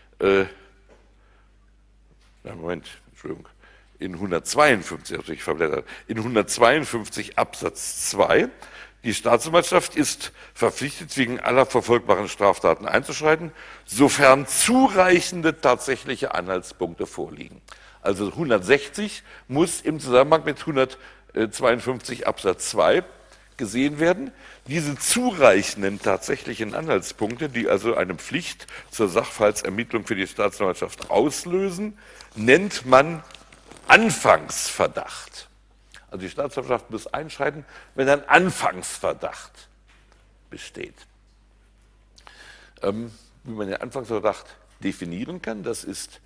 in 152, also ich verblättert, in 152 Absatz 2. Die Staatsanwaltschaft ist verpflichtet, wegen aller verfolgbaren Straftaten einzuschreiten, sofern zureichende tatsächliche Anhaltspunkte vorliegen. Also 160 muss im Zusammenhang mit 152 Absatz 2 gesehen werden. Diese zureichenden tatsächlichen Anhaltspunkte, die also eine Pflicht zur Sachverhaltsermittlung für die Staatsanwaltschaft auslösen, nennt man Anfangsverdacht. Also die Staatsanwaltschaft muss einschreiten, wenn ein Anfangsverdacht besteht. Wie man den Anfangsverdacht definieren kann, das ist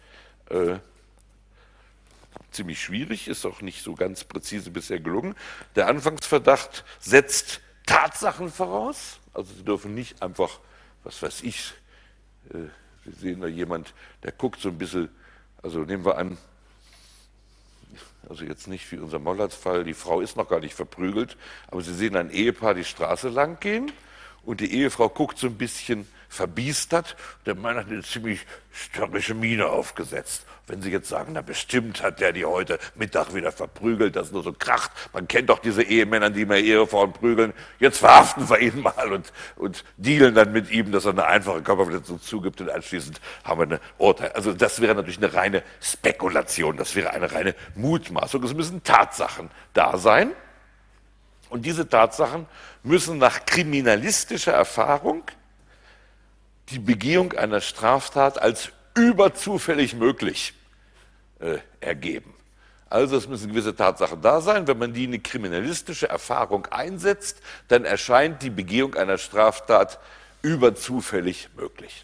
ziemlich schwierig, ist auch nicht so ganz präzise bisher gelungen. Der Anfangsverdacht setzt Tatsachen voraus, also Sie dürfen nicht einfach, was weiß ich, Sie sehen da jemand, der guckt so ein bisschen, also nehmen wir an, also jetzt nicht wie unser Mollerts-Fall, die Frau ist noch gar nicht verprügelt, aber Sie sehen ein Ehepaar die Straße lang gehen und die Ehefrau guckt so ein bisschen verbiestert, der Mann hat eine ziemlich störrische Miene aufgesetzt. Wenn Sie jetzt sagen, na bestimmt hat der die heute Mittag wieder verprügelt, das nur so kracht, man kennt doch diese Ehemänner, die immer Ehefrauen prügeln, jetzt verhaften wir ihn mal und dealen dann mit ihm, dass er eine einfache Körperverletzung zugibt und anschließend haben wir ein Urteil. Also das wäre natürlich eine reine Spekulation, das wäre eine reine Mutmaßung. Es müssen Tatsachen da sein und diese Tatsachen müssen nach kriminalistischer Erfahrung die Begehung einer Straftat als überzufällig möglich ergeben. Also es müssen gewisse Tatsachen da sein. Wenn man die in eine kriminalistische Erfahrung einsetzt, dann erscheint die Begehung einer Straftat überzufällig möglich.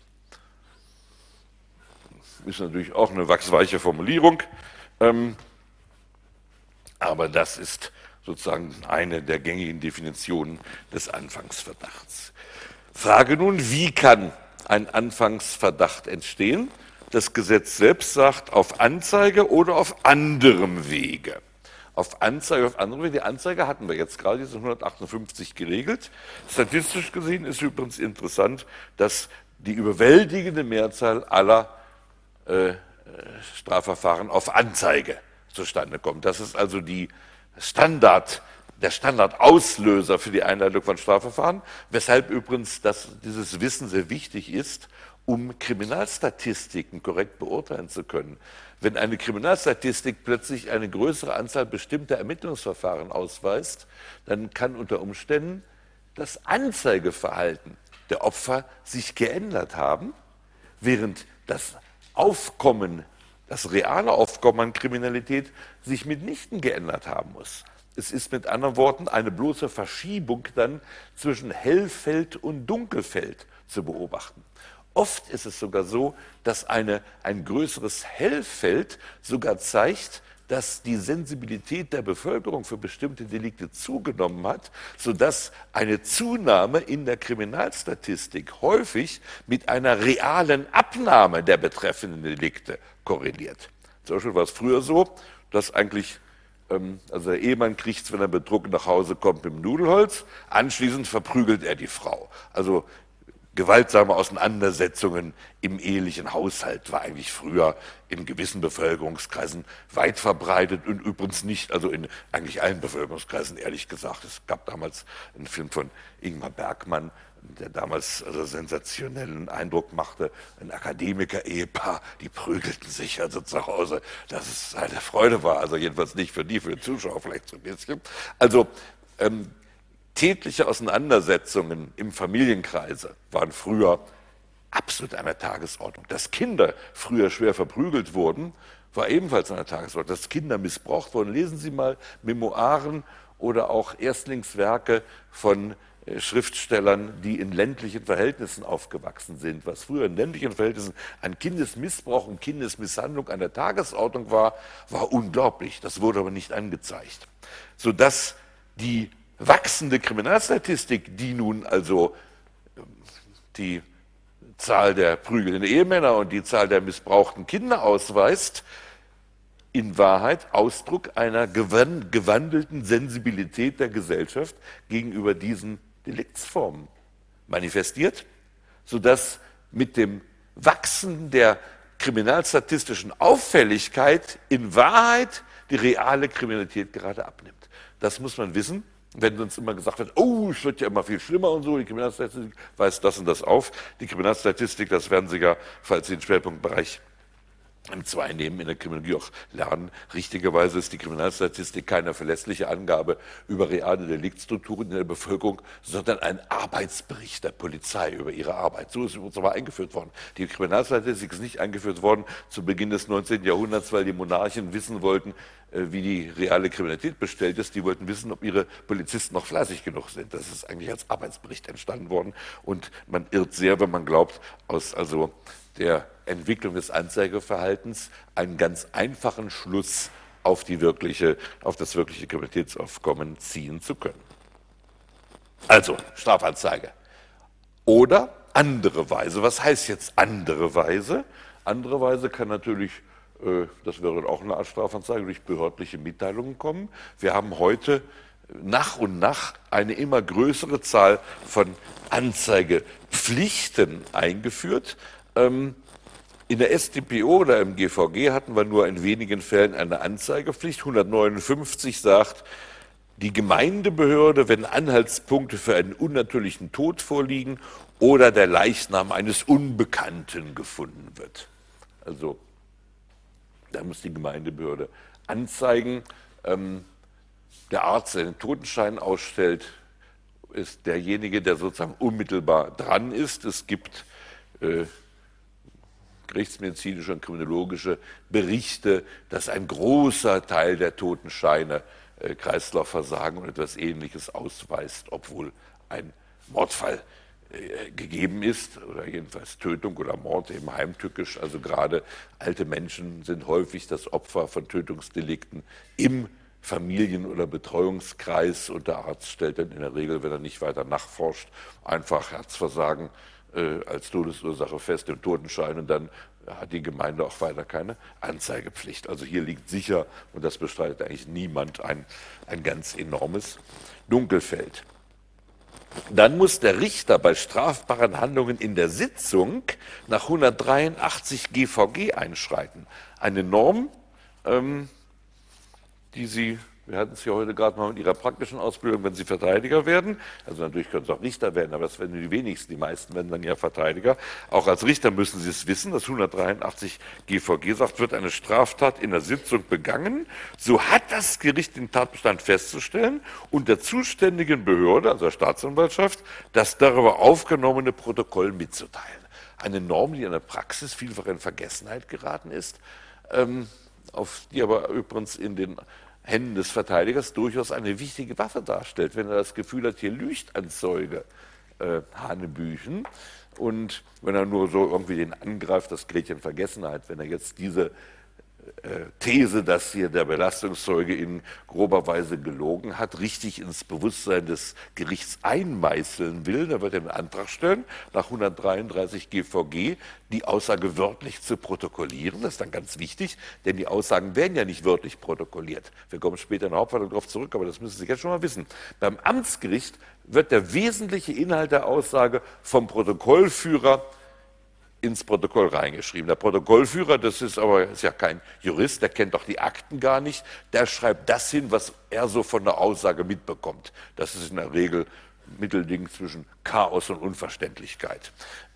Ist natürlich auch eine wachsweiche Formulierung, aber das ist sozusagen eine der gängigen Definitionen des Anfangsverdachts. Frage nun, wie kann ein Anfangsverdacht entstehen? Das Gesetz selbst sagt, auf Anzeige oder auf anderem Wege. Auf Anzeige, auf anderem Wege. Die Anzeige hatten wir jetzt gerade, die ist 158 geregelt. Statistisch gesehen ist übrigens interessant, dass die überwältigende Mehrzahl aller Strafverfahren auf Anzeige zustande kommt. Das ist also der Standardauslöser für die Einleitung von Strafverfahren, weshalb übrigens dieses Wissen sehr wichtig ist, um Kriminalstatistiken korrekt beurteilen zu können. Wenn eine Kriminalstatistik plötzlich eine größere Anzahl bestimmter Ermittlungsverfahren ausweist, dann kann unter Umständen das Anzeigeverhalten der Opfer sich geändert haben, während das reale Aufkommen an Kriminalität sich mitnichten geändert haben muss. Es ist mit anderen Worten eine bloße Verschiebung dann zwischen Hellfeld und Dunkelfeld zu beobachten. Oft ist es sogar so, dass ein größeres Hellfeld sogar zeigt, dass die Sensibilität der Bevölkerung für bestimmte Delikte zugenommen hat, sodass eine Zunahme in der Kriminalstatistik häufig mit einer realen Abnahme der betreffenden Delikte korreliert. Zum Beispiel war es früher so, dass eigentlich also der Ehemann kriegt es, wenn er betrunken nach Hause kommt, mit dem Nudelholz, anschließend verprügelt er die Frau. Also gewaltsame Auseinandersetzungen im ehelichen Haushalt war eigentlich früher in gewissen Bevölkerungskreisen weit verbreitet und übrigens nicht, also in eigentlich allen Bevölkerungskreisen, ehrlich gesagt. Es gab damals einen Film von Ingmar Bergman, der damals also sensationellen Eindruck machte, ein Akademiker-Ehepaar, die prügelten sich also zu Hause, dass es eine Freude war, also jedenfalls nicht für die Zuschauer vielleicht so ein bisschen. Also tätliche Auseinandersetzungen im Familienkreise waren früher absolut an der Tagesordnung. Dass Kinder früher schwer verprügelt wurden, war ebenfalls an der Tagesordnung. Dass Kinder missbraucht wurden. Lesen Sie mal Memoiren oder auch Erstlingswerke von Schriftstellern, die in ländlichen Verhältnissen aufgewachsen sind. Was früher in ländlichen Verhältnissen an Kindesmissbrauch und Kindesmisshandlung an der Tagesordnung war, war unglaublich. Das wurde aber nicht angezeigt. Sodass die wachsende Kriminalstatistik, die nun also die Zahl der prügelnden Ehemänner und die Zahl der missbrauchten Kinder ausweist, in Wahrheit Ausdruck einer gewandelten Sensibilität der Gesellschaft gegenüber diesen Deliktsformen manifestiert, sodass mit dem Wachsen der kriminalstatistischen Auffälligkeit in Wahrheit die reale Kriminalität gerade abnimmt. Das muss man wissen. Wenn uns immer gesagt wird, oh, es wird ja immer viel schlimmer und so, die Kriminalstatistik weist das und das auf. Die Kriminalstatistik, das werden Sie ja, falls Sie den Schwerpunktbereich M2 nehmen, in der Kriminologie auch lernen. Richtigerweise ist die Kriminalstatistik keine verlässliche Angabe über reale Deliktstrukturen in der Bevölkerung, sondern ein Arbeitsbericht der Polizei über ihre Arbeit. So ist es uns aber eingeführt worden. Die Kriminalstatistik ist nicht eingeführt worden zu Beginn des 19. Jahrhunderts, weil die Monarchen wissen wollten, wie die reale Kriminalität bestellt ist. Die wollten wissen, ob ihre Polizisten noch fleißig genug sind. Das ist eigentlich als Arbeitsbericht entstanden worden. Und man irrt sehr, wenn man glaubt, aus also der Entwicklung des Anzeigeverhaltens einen ganz einfachen Schluss auf das wirkliche Kriminalitätsaufkommen ziehen zu können. Also Strafanzeige. Oder andere Weise. Was heißt jetzt andere Weise? Andere Weise kann natürlich, das wäre dann auch eine Art Strafanzeige, durch behördliche Mitteilungen kommen. Wir haben heute nach und nach eine immer größere Zahl von Anzeigepflichten eingeführt. In der StPO oder im GVG hatten wir nur in wenigen Fällen eine Anzeigepflicht. 159 sagt, die Gemeindebehörde, wenn Anhaltspunkte für einen unnatürlichen Tod vorliegen oder der Leichnam eines Unbekannten gefunden wird. Also da muss die Gemeindebehörde anzeigen. Der Arzt, der den Totenschein ausstellt, ist derjenige, der sozusagen unmittelbar dran ist. Es gibt gerichtsmedizinische und kriminologische Berichte, dass ein großer Teil der Totenscheine Kreislaufversagen und etwas Ähnliches ausweist, obwohl ein Mordfall gegeben ist, oder jedenfalls Tötung oder Mord eben heimtückisch. Also gerade alte Menschen sind häufig das Opfer von Tötungsdelikten im Familien- oder Betreuungskreis, und der Arzt stellt dann in der Regel, wenn er nicht weiter nachforscht, einfach Herzversagen als Todesursache fest im Totenschein, und dann hat die Gemeinde auch weiter keine Anzeigepflicht. Also hier liegt sicher, und das bestreitet eigentlich niemand, ein ganz enormes Dunkelfeld. Dann muss der Richter bei strafbaren Handlungen in der Sitzung nach 183 GVG einschreiten. Eine Norm, die Sie, wir hatten es ja heute gerade mal mit Ihrer praktischen Ausbildung, wenn Sie Verteidiger werden, also natürlich können Sie auch Richter werden, aber das werden die wenigsten, die meisten werden dann ja Verteidiger. Auch als Richter müssen Sie es wissen, dass 183 GVG sagt, wird eine Straftat in der Sitzung begangen, so hat das Gericht den Tatbestand festzustellen und der zuständigen Behörde, also der Staatsanwaltschaft, das darüber aufgenommene Protokoll mitzuteilen. Eine Norm, die in der Praxis vielfach in Vergessenheit geraten ist, auf die aber übrigens in den Händen des Verteidigers durchaus eine wichtige Waffe darstellt, wenn er das Gefühl hat, hier lügt ein Zeuge Hanebüchen, und wenn er nur so irgendwie den angreift, das gerät in Vergessenheit, wenn er jetzt diese These, dass hier der Belastungszeuge in grober Weise gelogen hat, richtig ins Bewusstsein des Gerichts einmeißeln will, dann wird er einen Antrag stellen, nach 133 GVG die Aussage wörtlich zu protokollieren. Das ist dann ganz wichtig, denn die Aussagen werden ja nicht wörtlich protokolliert. Wir kommen später in der Hauptverhandlung darauf zurück, aber das müssen Sie jetzt schon mal wissen. Beim Amtsgericht wird der wesentliche Inhalt der Aussage vom Protokollführer ins Protokoll reingeschrieben. Der Protokollführer, das ist ja kein Jurist, der kennt doch die Akten gar nicht, der schreibt das hin, was er so von der Aussage mitbekommt. Das ist in der Regel Mittelding zwischen Chaos und Unverständlichkeit.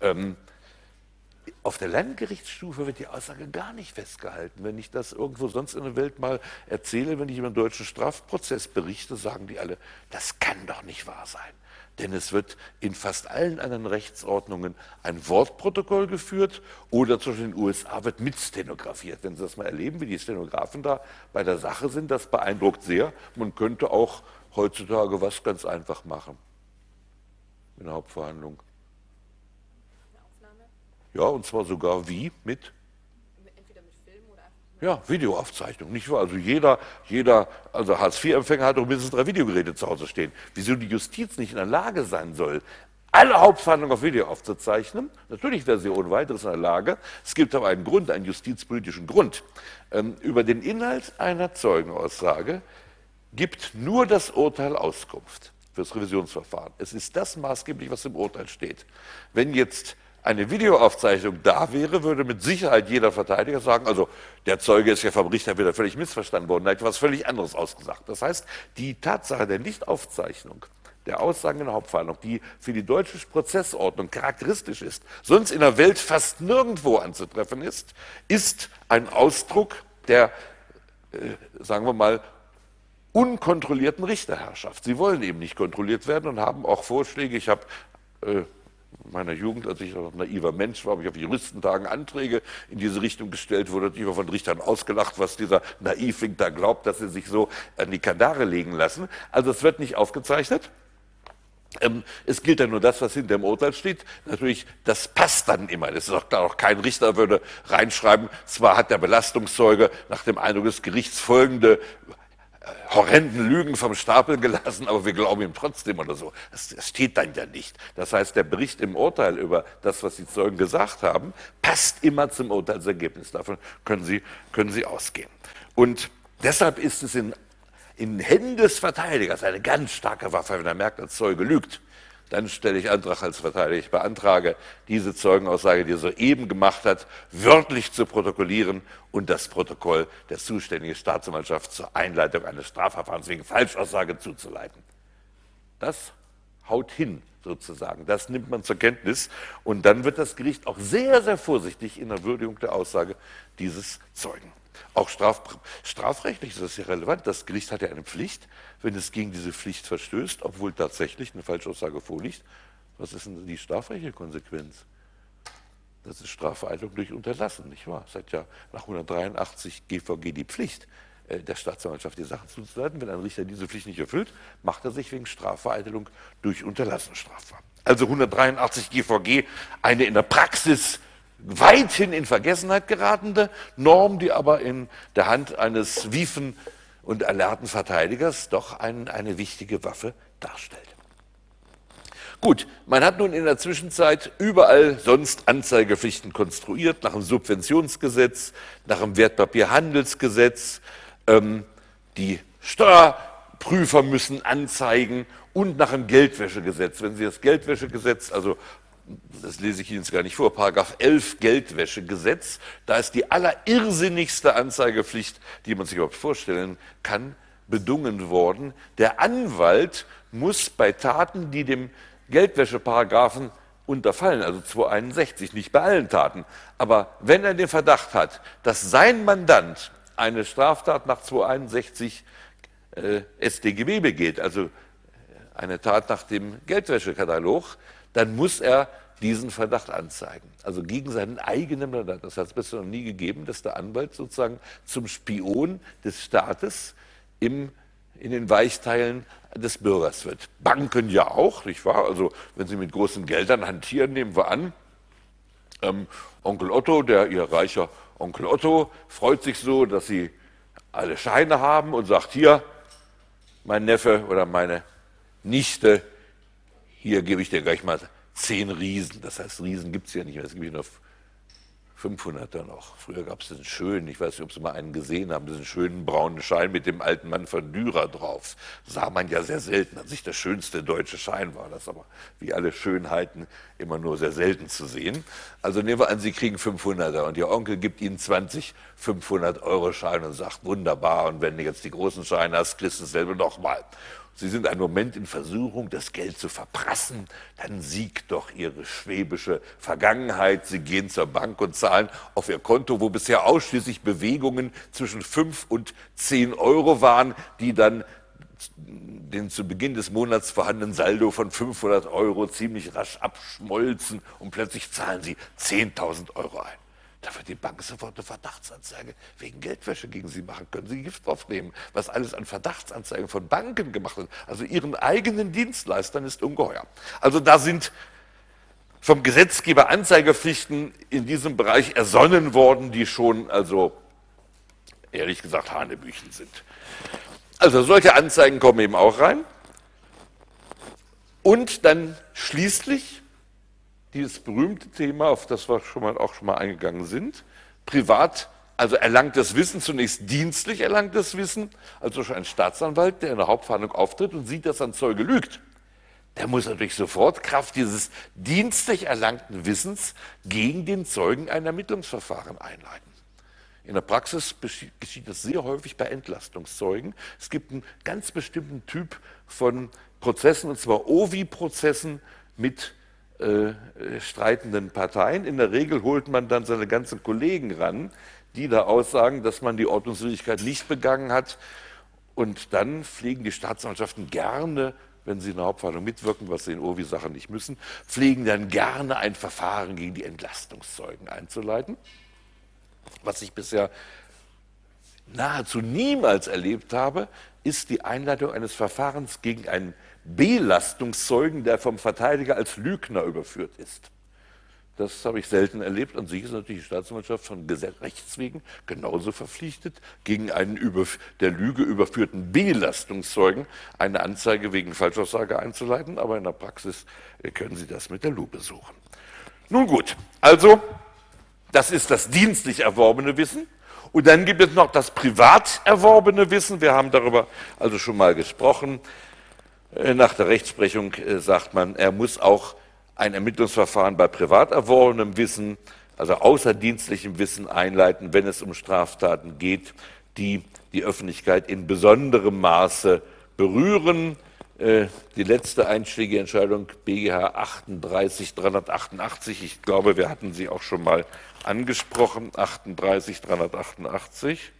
Auf der Landgerichtsstufe wird die Aussage gar nicht festgehalten. Wenn ich das irgendwo sonst in der Welt mal erzähle, wenn ich über einen deutschen Strafprozess berichte, sagen die alle, das kann doch nicht wahr sein. Denn es wird in fast allen anderen Rechtsordnungen ein Wortprotokoll geführt oder zum Beispiel in den USA wird mitstenografiert. Wenn Sie das mal erleben, wie die Stenografen da bei der Sache sind, das beeindruckt sehr. Man könnte auch heutzutage was ganz einfach machen in der Hauptverhandlung. Ja, und zwar sogar wie? Entweder mit Film oder einfach. Ja, Videoaufzeichnung, nicht wahr? Also jeder also Hartz-IV-Empfänger hat doch mindestens 3 Videogeräte zu Hause stehen. Wieso die Justiz nicht in der Lage sein soll, alle Hauptverhandlungen auf Video aufzuzeichnen? Natürlich wäre sie ohne weiteres in der Lage. Es gibt aber einen Grund, einen justizpolitischen Grund. Über den Inhalt einer Zeugenaussage gibt nur das Urteil Auskunft fürs Revisionsverfahren. Es ist das maßgeblich, was im Urteil steht. Wenn jetzt eine Videoaufzeichnung da wäre, würde mit Sicherheit jeder Verteidiger sagen, also der Zeuge ist ja vom Richter wieder völlig missverstanden worden, er hat was völlig anderes ausgesagt. Das heißt, die Tatsache der Nichtaufzeichnung der Aussagen in der Hauptverhandlung, die für die deutsche Prozessordnung charakteristisch ist, sonst in der Welt fast nirgendwo anzutreffen ist ein Ausdruck der, sagen wir mal, unkontrollierten Richterherrschaft. Sie wollen eben nicht kontrolliert werden und haben auch Vorschläge. Ich habe in meiner Jugend, als ich noch ein naiver Mensch war, habe ich auf Juristentagen Anträge in diese Richtung gestellt, wurde ich von Richtern ausgelacht, was dieser Naivling da glaubt, dass sie sich so an die Kandare legen lassen. Also es wird nicht aufgezeichnet. Es gilt dann nur das, was hinter dem Urteil steht. Natürlich, das passt dann immer. Das ist auch klar, auch kein Richter würde reinschreiben, zwar hat der Belastungszeuge nach dem Eindruck des Gerichts folgende horrenden Lügen vom Stapel gelassen, aber wir glauben ihm trotzdem oder so. Das steht dann ja nicht. Das heißt, der Bericht im Urteil über das, was die Zeugen gesagt haben, passt immer zum Urteilsergebnis. Davon können Sie ausgehen. Und deshalb ist es in Händen des Verteidigers eine ganz starke Waffe, wenn er merkt, der Zeuge lügt. Dann stelle ich Antrag als Verteidiger. Ich beantrage, diese Zeugenaussage, die er soeben gemacht hat, wörtlich zu protokollieren und das Protokoll der zuständigen Staatsanwaltschaft zur Einleitung eines Strafverfahrens wegen Falschaussage zuzuleiten. Das haut hin, sozusagen. Das nimmt man zur Kenntnis. Und dann wird das Gericht auch sehr, sehr vorsichtig in der Würdigung der Aussage dieses Zeugen. Auch strafrechtlich ist das ja relevant. Das Gericht hat ja eine Pflicht, wenn es gegen diese Pflicht verstößt, obwohl tatsächlich eine Falschaussage vorliegt. Was ist denn die strafrechtliche Konsequenz? Das ist Strafvereitelung durch Unterlassen, nicht wahr? Es hat ja nach 183 GVG die Pflicht, der Staatsanwaltschaft die Sachen zuzuleiten. Wenn ein Richter diese Pflicht nicht erfüllt, macht er sich wegen Strafvereitelung durch Unterlassen strafbar. Also 183 GVG, eine in der Praxis weithin in Vergessenheit geratene Norm, die aber in der Hand eines wiefen und alerten Verteidigers doch eine wichtige Waffe darstellt. Gut, man hat nun in der Zwischenzeit überall sonst Anzeigepflichten konstruiert, nach dem Subventionsgesetz, nach dem Wertpapierhandelsgesetz, die Steuerprüfer müssen anzeigen und nach dem Geldwäschegesetz. Wenn Sie das Geldwäschegesetz, also das lese ich Ihnen jetzt gar nicht vor, Paragraph 11 Geldwäschegesetz, da ist die allerirrsinnigste Anzeigepflicht, die man sich überhaupt vorstellen kann, bedungen worden. Der Anwalt muss bei Taten, die dem Geldwäscheparagraphen unterfallen, also 261, nicht bei allen Taten, aber wenn er den Verdacht hat, dass sein Mandant eine Straftat nach 261 StGB begeht, also eine Tat nach dem Geldwäschekatalog, dann muss er diesen Verdacht anzeigen. Also gegen seinen eigenen Mandat. Das hat es bisher noch nie gegeben, dass der Anwalt sozusagen zum Spion des Staates in den Weichteilen des Bürgers wird. Banken ja auch, nicht wahr? Also wenn sie mit großen Geldern hantieren, nehmen wir an, Onkel Otto, ihr reicher Onkel Otto, freut sich so, dass sie alle Scheine haben und sagt, hier, mein Neffe oder meine Nichte, hier gebe ich dir gleich mal 10 Riesen. Das heißt, Riesen gibt es ja nicht mehr, es gibt nur 500er noch. Früher gab es diesen schönen, ich weiß nicht, ob Sie mal einen gesehen haben, diesen schönen braunen Schein mit dem alten Mann von Dürer drauf. Sah man ja sehr selten, an sich der schönste deutsche Schein war das, aber wie alle Schönheiten immer nur sehr selten zu sehen. Also nehmen wir an, Sie kriegen 500er und Ihr Onkel gibt Ihnen 20 500-Euro-Scheine und sagt, wunderbar, und wenn du jetzt die großen Scheine hast, kriegst du dasselbe nochmal. Sie sind einen Moment in Versuchung, das Geld zu verprassen, dann siegt doch Ihre schwäbische Vergangenheit. Sie gehen zur Bank und zahlen auf Ihr Konto, wo bisher ausschließlich Bewegungen zwischen 5 und 10 Euro waren, die dann den zu Beginn des Monats vorhandenen Saldo von 500 Euro ziemlich rasch abschmolzen und plötzlich zahlen Sie 10.000 Euro ein. Da wird die Bank sofort eine Verdachtsanzeige wegen Geldwäsche gegen Sie machen. Können Sie Gift draufnehmen, was alles an Verdachtsanzeigen von Banken gemacht wird. Also Ihren eigenen Dienstleistern ist ungeheuer. Also da sind vom Gesetzgeber Anzeigepflichten in diesem Bereich ersonnen worden, die schon, also ehrlich gesagt, Hanebüchen sind. Also solche Anzeigen kommen eben auch rein. Und dann schließlich dieses berühmte Thema, auf das wir auch schon mal eingegangen sind, privat, also erlangtes Wissen, zunächst dienstlich erlangtes Wissen, also schon ein Staatsanwalt, der in der Hauptverhandlung auftritt und sieht, dass ein Zeuge lügt. Der muss natürlich sofort Kraft dieses dienstlich erlangten Wissens gegen den Zeugen ein Ermittlungsverfahren einleiten. In der Praxis geschieht das sehr häufig bei Entlastungszeugen. Es gibt einen ganz bestimmten Typ von Prozessen, und zwar OVI-Prozessen mit streitenden Parteien. In der Regel holt man dann seine ganzen Kollegen ran, die da aussagen, dass man die Ordnungswidrigkeit nicht begangen hat. Und dann pflegen die Staatsanwaltschaften gerne, wenn sie in der Hauptverhandlung mitwirken, was sie in OVI-Sachen nicht müssen, pflegen dann gerne ein Verfahren gegen die Entlastungszeugen einzuleiten. Was ich bisher nahezu niemals erlebt habe, ist die Einleitung eines Verfahrens gegen einen Belastungszeugen, der vom Verteidiger als Lügner überführt ist. Das habe ich selten erlebt. An sich ist natürlich die Staatsanwaltschaft von Rechts wegen genauso verpflichtet, gegen einen der Lüge überführten Belastungszeugen eine Anzeige wegen Falschaussage einzuleiten. Aber in der Praxis können Sie das mit der Lupe suchen. Nun gut, also das ist das dienstlich erworbene Wissen. Und dann gibt es noch das privat erworbene Wissen. Wir haben darüber also schon mal gesprochen. Nach der Rechtsprechung sagt man, er muss auch ein Ermittlungsverfahren bei privat erworbenem Wissen, also außerdienstlichem Wissen einleiten, wenn es um Straftaten geht, die die Öffentlichkeit in besonderem Maße berühren. Die letzte einschlägige Entscheidung BGH 38388, ich glaube, wir hatten sie auch schon mal angesprochen, 38388.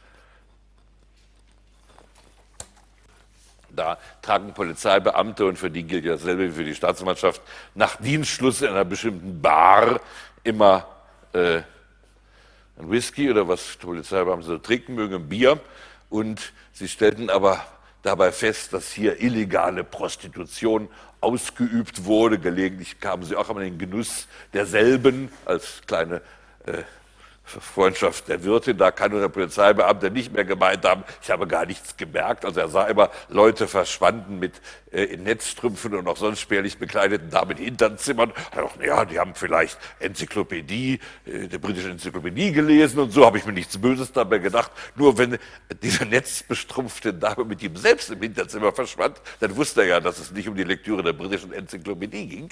Da tragen Polizeibeamte, und für die gilt ja dasselbe wie für die Staatsanwaltschaft, nach Dienstschluss in einer bestimmten Bar immer ein Whisky oder was Polizeibeamte so trinken mögen, ein Bier. Und sie stellten aber dabei fest, dass hier illegale Prostitution ausgeübt wurde. Gelegentlich kamen sie auch in den Genuss derselben als kleine Freundschaft der Wirtin. Da kann nur der Polizeibeamte nicht mehr gemeint haben, ich habe gar nichts gemerkt. Also er sah immer, Leute verschwanden mit in Netzstrümpfen und auch sonst spärlich bekleideten Damen in Hinternzimmern. Er dachte, ja, die haben vielleicht Enzyklopädie, der britischen Enzyklopädie gelesen und so, habe ich mir nichts Böses dabei gedacht. Nur wenn diese netzbestrumpfte Dame mit ihm selbst im Hinterzimmer verschwand, dann wusste er ja, dass es nicht um die Lektüre der britischen Enzyklopädie ging.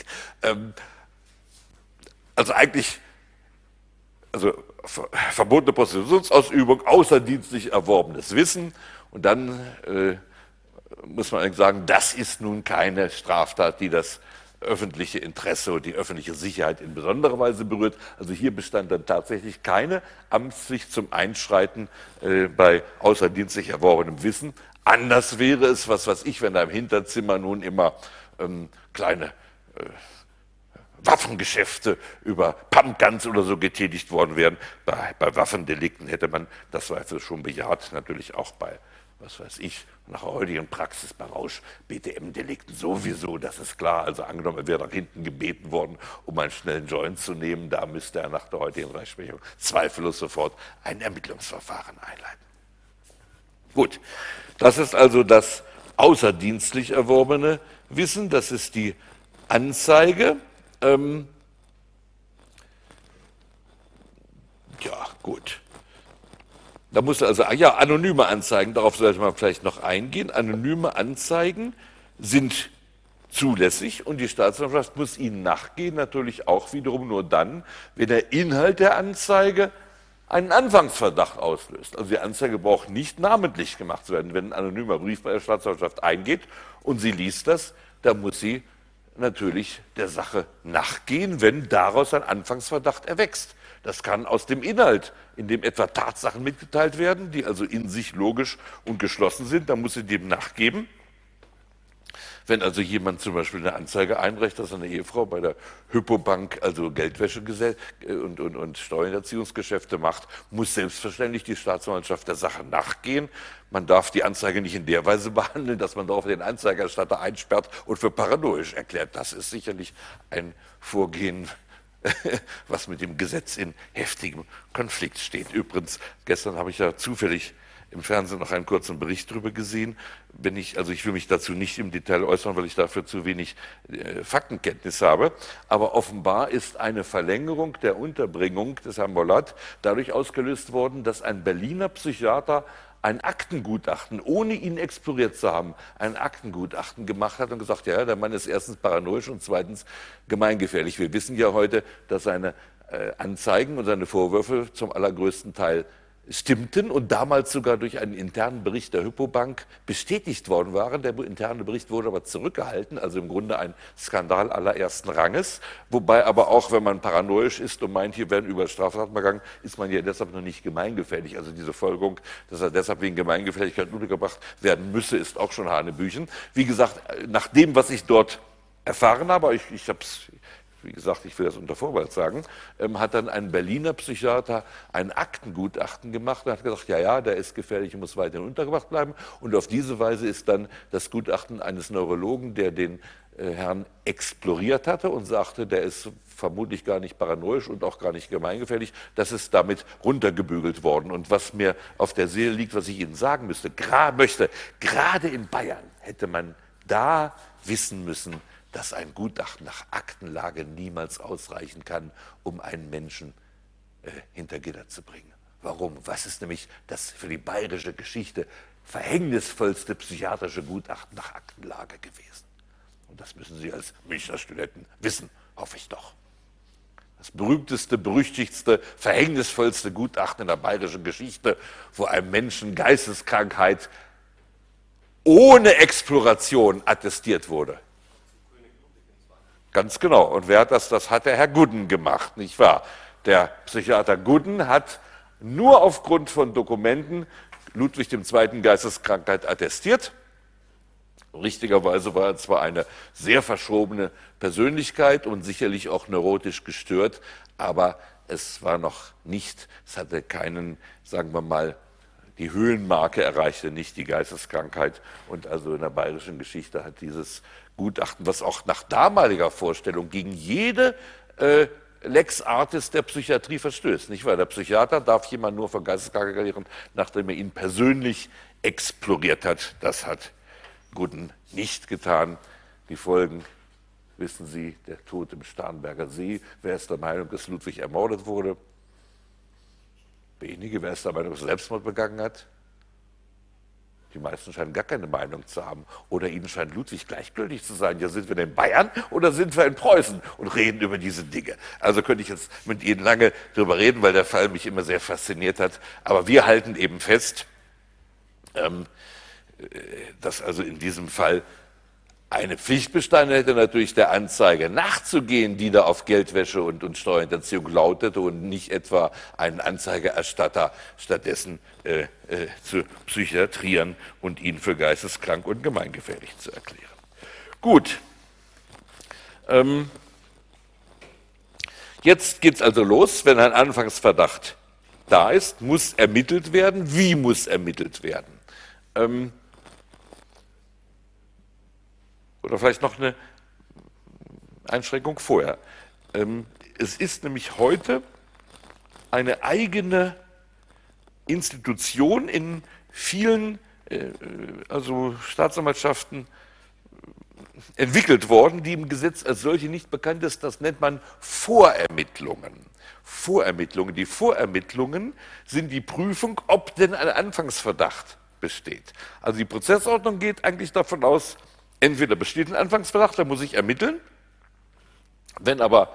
Also eigentlich, also verbotene Prostitutionsausübung, außerdienstlich erworbenes Wissen. Und dann muss man eigentlich sagen, das ist nun keine Straftat, die das öffentliche Interesse und die öffentliche Sicherheit in besonderer Weise berührt. Also hier bestand dann tatsächlich keine Amtspflicht zum Einschreiten bei außerdienstlich erworbenem Wissen. Anders wäre es, was weiß ich, wenn da im Hinterzimmer nun immer kleine Waffengeschäfte über Pumpguns oder so getätigt worden wären. Bei Waffendelikten hätte man das Zweifel schon bejaht, natürlich auch bei, was weiß ich, nach der heutigen Praxis bei Rausch-BTM-Delikten sowieso, das ist klar. Also angenommen, er wäre nach hinten gebeten worden, um einen schnellen Joint zu nehmen, da müsste er nach der heutigen Rechtsprechung zweifellos sofort ein Ermittlungsverfahren einleiten. Gut, das ist also das außerdienstlich erworbene Wissen, das ist die Anzeige. Ja, gut. Da muss also, ja, anonyme Anzeigen, darauf sollte man vielleicht noch eingehen. Anonyme Anzeigen sind zulässig und die Staatsanwaltschaft muss ihnen nachgehen, natürlich auch wiederum nur dann, wenn der Inhalt der Anzeige einen Anfangsverdacht auslöst. Also die Anzeige braucht nicht namentlich gemacht zu werden. Wenn ein anonymer Brief bei der Staatsanwaltschaft eingeht und sie liest das, dann muss sie natürlich der Sache nachgehen, wenn daraus ein Anfangsverdacht erwächst. Das kann aus dem Inhalt, in dem etwa Tatsachen mitgeteilt werden, die also in sich logisch und geschlossen sind, dann muss sie dem nachgeben. Wenn also jemand zum Beispiel eine Anzeige einreicht, dass eine Ehefrau bei der Hypobank also Geldwäsche und Steuerhinterziehungsgeschäfte macht, muss selbstverständlich die Staatsanwaltschaft der Sache nachgehen. Man darf die Anzeige nicht in der Weise behandeln, dass man darauf den Anzeigerstatter einsperrt und für paranoisch erklärt. Das ist sicherlich ein Vorgehen, was mit dem Gesetz in heftigem Konflikt steht. Übrigens, gestern habe ich ja zufällig im Fernsehen noch einen kurzen Bericht darüber gesehen. Ich will mich dazu nicht im Detail äußern, weil ich dafür zu wenig Faktenkenntnis habe. Aber offenbar ist eine Verlängerung der Unterbringung des Herrn Mollat dadurch ausgelöst worden, dass ein Berliner Psychiater ein Aktengutachten, ohne ihn exploriert zu haben, ein Aktengutachten gemacht hat und gesagt, ja, der Mann ist erstens paranoisch und zweitens gemeingefährlich. Wir wissen ja heute, dass seine Anzeigen und seine Vorwürfe zum allergrößten Teil stimmten und damals sogar durch einen internen Bericht der Hypobank bestätigt worden waren. Der interne Bericht wurde aber zurückgehalten, also im Grunde ein Skandal allerersten Ranges. Wobei aber auch, wenn man paranoisch ist und meint, hier werden über Straftaten begangen, ist man ja deshalb noch nicht gemeingefährlich. Also diese Folgerung, dass er deshalb wegen Gemeingefährlichkeit untergebracht werden müsse, ist auch schon Hanebüchen. Wie gesagt, nach dem, was ich dort erfahren habe, ich habe es, wie gesagt, ich will das unter Vorbehalt sagen, hat dann ein Berliner Psychiater ein Aktengutachten gemacht und hat gesagt, ja, der ist gefährlich und muss weiterhin untergebracht bleiben. Und auf diese Weise ist dann das Gutachten eines Neurologen, der den Herrn exploriert hatte und sagte, der ist vermutlich gar nicht paranoisch und auch gar nicht gemeingefährlich, das ist damit runtergebügelt worden. Und was mir auf der Seele liegt, was ich Ihnen sagen möchte, gerade in Bayern hätte man da wissen müssen, dass ein Gutachten nach Aktenlage niemals ausreichen kann, um einen Menschen hinter Gitter zu bringen. Warum? Was ist nämlich das für die bayerische Geschichte verhängnisvollste psychiatrische Gutachten nach Aktenlage gewesen? Und das müssen Sie als Münchner Studenten wissen, hoffe ich doch. Das berühmteste, berüchtigste, verhängnisvollste Gutachten in der bayerischen Geschichte, wo einem Menschen Geisteskrankheit ohne Exploration attestiert wurde. Ganz genau. Und wer hat das? Das hat der Herr Gudden gemacht, nicht wahr? Der Psychiater Gudden hat nur aufgrund von Dokumenten Ludwig II. Geisteskrankheit attestiert. Richtigerweise war er zwar eine sehr verschrobene Persönlichkeit und sicherlich auch neurotisch gestört, aber es war noch nicht, es hatte keinen, sagen wir mal, die Höhenmarke erreichte nicht die Geisteskrankheit. Und also in der bayerischen Geschichte hat dieses Gutachten, was auch nach damaliger Vorstellung gegen jede Lex Artis der Psychiatrie verstößt. Nicht wahr? Der Psychiater darf jemand nur von Geisteskrankheit lehren, nachdem er ihn persönlich exploriert hat. Das hat Gudden nicht getan. Die Folgen wissen Sie, der Tod im Starnberger See. Wer ist der Meinung, dass Ludwig ermordet wurde? Wenige. Wer ist der Meinung, dass er Selbstmord begangen hat? Die meisten scheinen gar keine Meinung zu haben. Oder ihnen scheint Ludwig gleichgültig zu sein. Ja, sind wir denn in Bayern oder sind wir in Preußen und reden über diese Dinge? Also könnte ich jetzt mit Ihnen lange darüber reden, weil der Fall mich immer sehr fasziniert hat. Aber wir halten eben fest, dass also in diesem Fall eine Pflicht bestanden hätte, natürlich der Anzeige nachzugehen, die da auf Geldwäsche und Steuerhinterziehung lautete und nicht etwa einen Anzeigerstatter stattdessen zu psychiatrieren und ihn für geisteskrank und gemeingefährlich zu erklären. Gut. Jetzt geht es also los, wenn ein Anfangsverdacht da ist, muss ermittelt werden. Wie muss ermittelt werden? Oder vielleicht noch eine Einschränkung vorher. Es ist nämlich heute eine eigene Institution in vielen also Staatsanwaltschaften entwickelt worden, die im Gesetz als solche nicht bekannt ist. Das nennt man Vorermittlungen. Vorermittlungen. Die Vorermittlungen sind die Prüfung, ob denn ein Anfangsverdacht besteht. Also die Prozessordnung geht eigentlich davon aus, entweder besteht ein Anfangsverdacht, da muss ich ermitteln. Wenn aber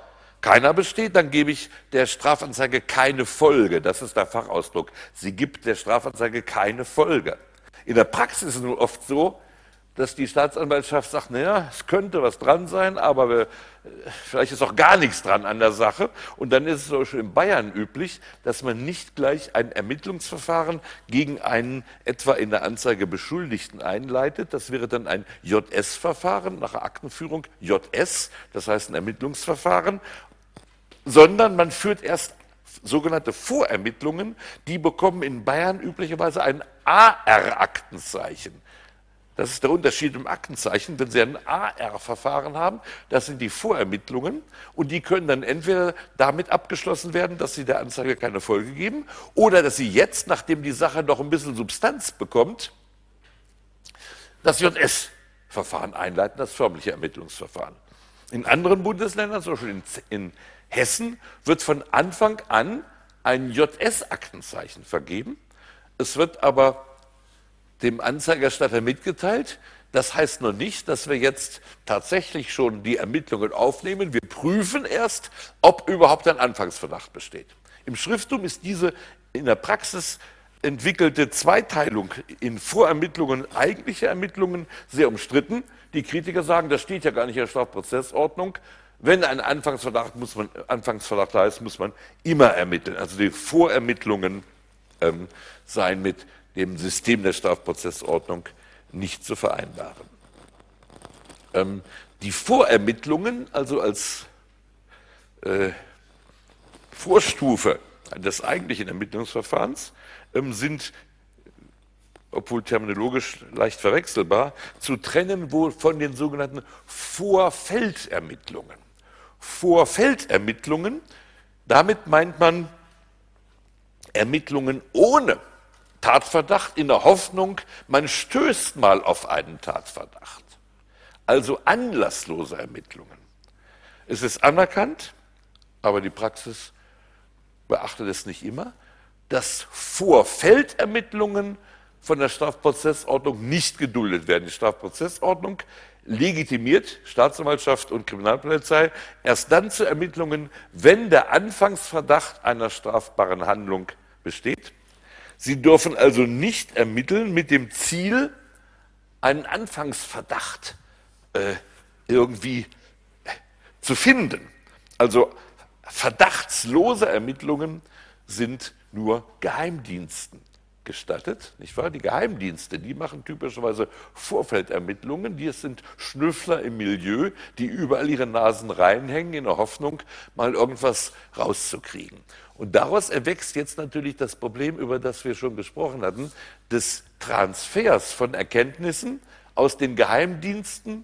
keiner besteht, dann gebe ich der Strafanzeige keine Folge. Das ist der Fachausdruck. Sie gibt der Strafanzeige keine Folge. In der Praxis ist es nun oft so, dass die Staatsanwaltschaft sagt, naja, es könnte was dran sein, aber vielleicht ist auch gar nichts dran an der Sache. Und dann ist es so schon in Bayern üblich, dass man nicht gleich ein Ermittlungsverfahren gegen einen etwa in der Anzeige Beschuldigten einleitet. Das wäre dann ein JS-Verfahren nach der Aktenführung, JS, das heißt ein Ermittlungsverfahren, sondern man führt erst sogenannte Vorermittlungen, die bekommen in Bayern üblicherweise ein AR-Aktenzeichen. Das ist der Unterschied im Aktenzeichen. Wenn Sie ein AR-Verfahren haben, das sind die Vorermittlungen und die können dann entweder damit abgeschlossen werden, dass Sie der Anzeige keine Folge geben oder dass Sie jetzt, nachdem die Sache noch ein bisschen Substanz bekommt, das JS-Verfahren einleiten, das förmliche Ermittlungsverfahren. In anderen Bundesländern, zum Beispiel in Hessen, wird von Anfang an ein JS-Aktenzeichen vergeben. Es wird aber dem Anzeigerstatter mitgeteilt. Das heißt noch nicht, dass wir jetzt tatsächlich schon die Ermittlungen aufnehmen. Wir prüfen erst, ob überhaupt ein Anfangsverdacht besteht. Im Schrifttum ist diese in der Praxis entwickelte Zweiteilung in Vorermittlungen, eigentliche Ermittlungen sehr umstritten. Die Kritiker sagen, das steht ja gar nicht in der Strafprozessordnung. Wenn ein Anfangsverdacht da ist, muss man immer ermitteln. Also die Vorermittlungen seien mit dem System der Strafprozessordnung nicht zu vereinbaren. Die Vorermittlungen, also als Vorstufe des eigentlichen Ermittlungsverfahrens, sind, obwohl terminologisch leicht verwechselbar, zu trennen wohl von den sogenannten Vorfeldermittlungen. Vorfeldermittlungen, damit meint man Ermittlungen ohne Tatverdacht in der Hoffnung, man stößt mal auf einen Tatverdacht. Also anlasslose Ermittlungen. Es ist anerkannt, aber die Praxis beachtet es nicht immer, dass Vorfeldermittlungen von der Strafprozessordnung nicht geduldet werden. Die Strafprozessordnung legitimiert Staatsanwaltschaft und Kriminalpolizei erst dann zu Ermittlungen, wenn der Anfangsverdacht einer strafbaren Handlung besteht. Sie dürfen also nicht ermitteln mit dem Ziel, einen Anfangsverdacht irgendwie zu finden. Also verdachtslose Ermittlungen sind nur Geheimdiensten gestattet, nicht wahr? Die Geheimdienste, die machen typischerweise Vorfeldermittlungen, die sind Schnüffler im Milieu, die überall ihre Nasen reinhängen in der Hoffnung, mal irgendwas rauszukriegen. Und daraus erwächst jetzt natürlich das Problem, über das wir schon gesprochen hatten, des Transfers von Erkenntnissen aus den Geheimdiensten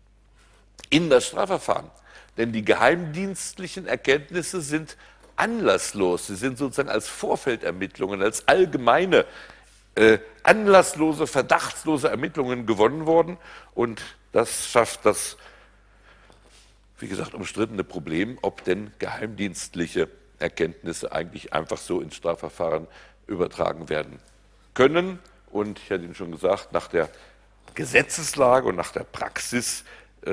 in das Strafverfahren. Denn die geheimdienstlichen Erkenntnisse sind anlasslos. Sie sind sozusagen als Vorfeldermittlungen, als allgemeine, anlasslose, verdachtslose Ermittlungen gewonnen worden. Und das schafft das, wie gesagt, umstrittene Problem, ob denn geheimdienstliche Erkenntnisse eigentlich einfach so ins Strafverfahren übertragen werden können. Und ich hatte Ihnen schon gesagt, nach der Gesetzeslage und nach der Praxis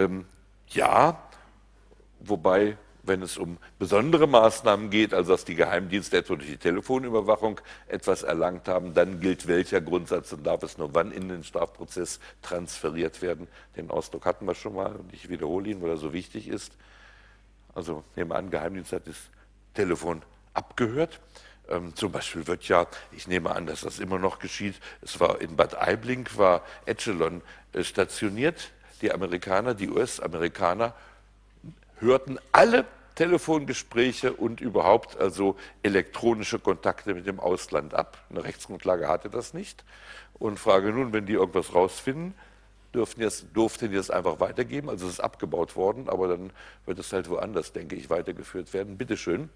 ja, wobei, wenn es um besondere Maßnahmen geht, also dass die Geheimdienste etwa durch die Telefonüberwachung etwas erlangt haben, dann gilt welcher Grundsatz und darf es nur wann in den Strafprozess transferiert werden. Den Ausdruck hatten wir schon mal und ich wiederhole ihn, weil er so wichtig ist. Also nehmen wir an, Geheimdienst hat das Telefon abgehört. Zum Beispiel wird ja, ich nehme an, dass das immer noch geschieht, es war in Bad Aibling, war Echelon stationiert. Die Amerikaner, die US-Amerikaner hörten alle Telefongespräche und überhaupt also elektronische Kontakte mit dem Ausland ab. Eine Rechtsgrundlage hatte das nicht. Und frage nun, wenn die irgendwas rausfinden, durften die das einfach weitergeben? Also es ist abgebaut worden, aber dann wird es halt woanders, denke ich, weitergeführt werden. Bitte schön.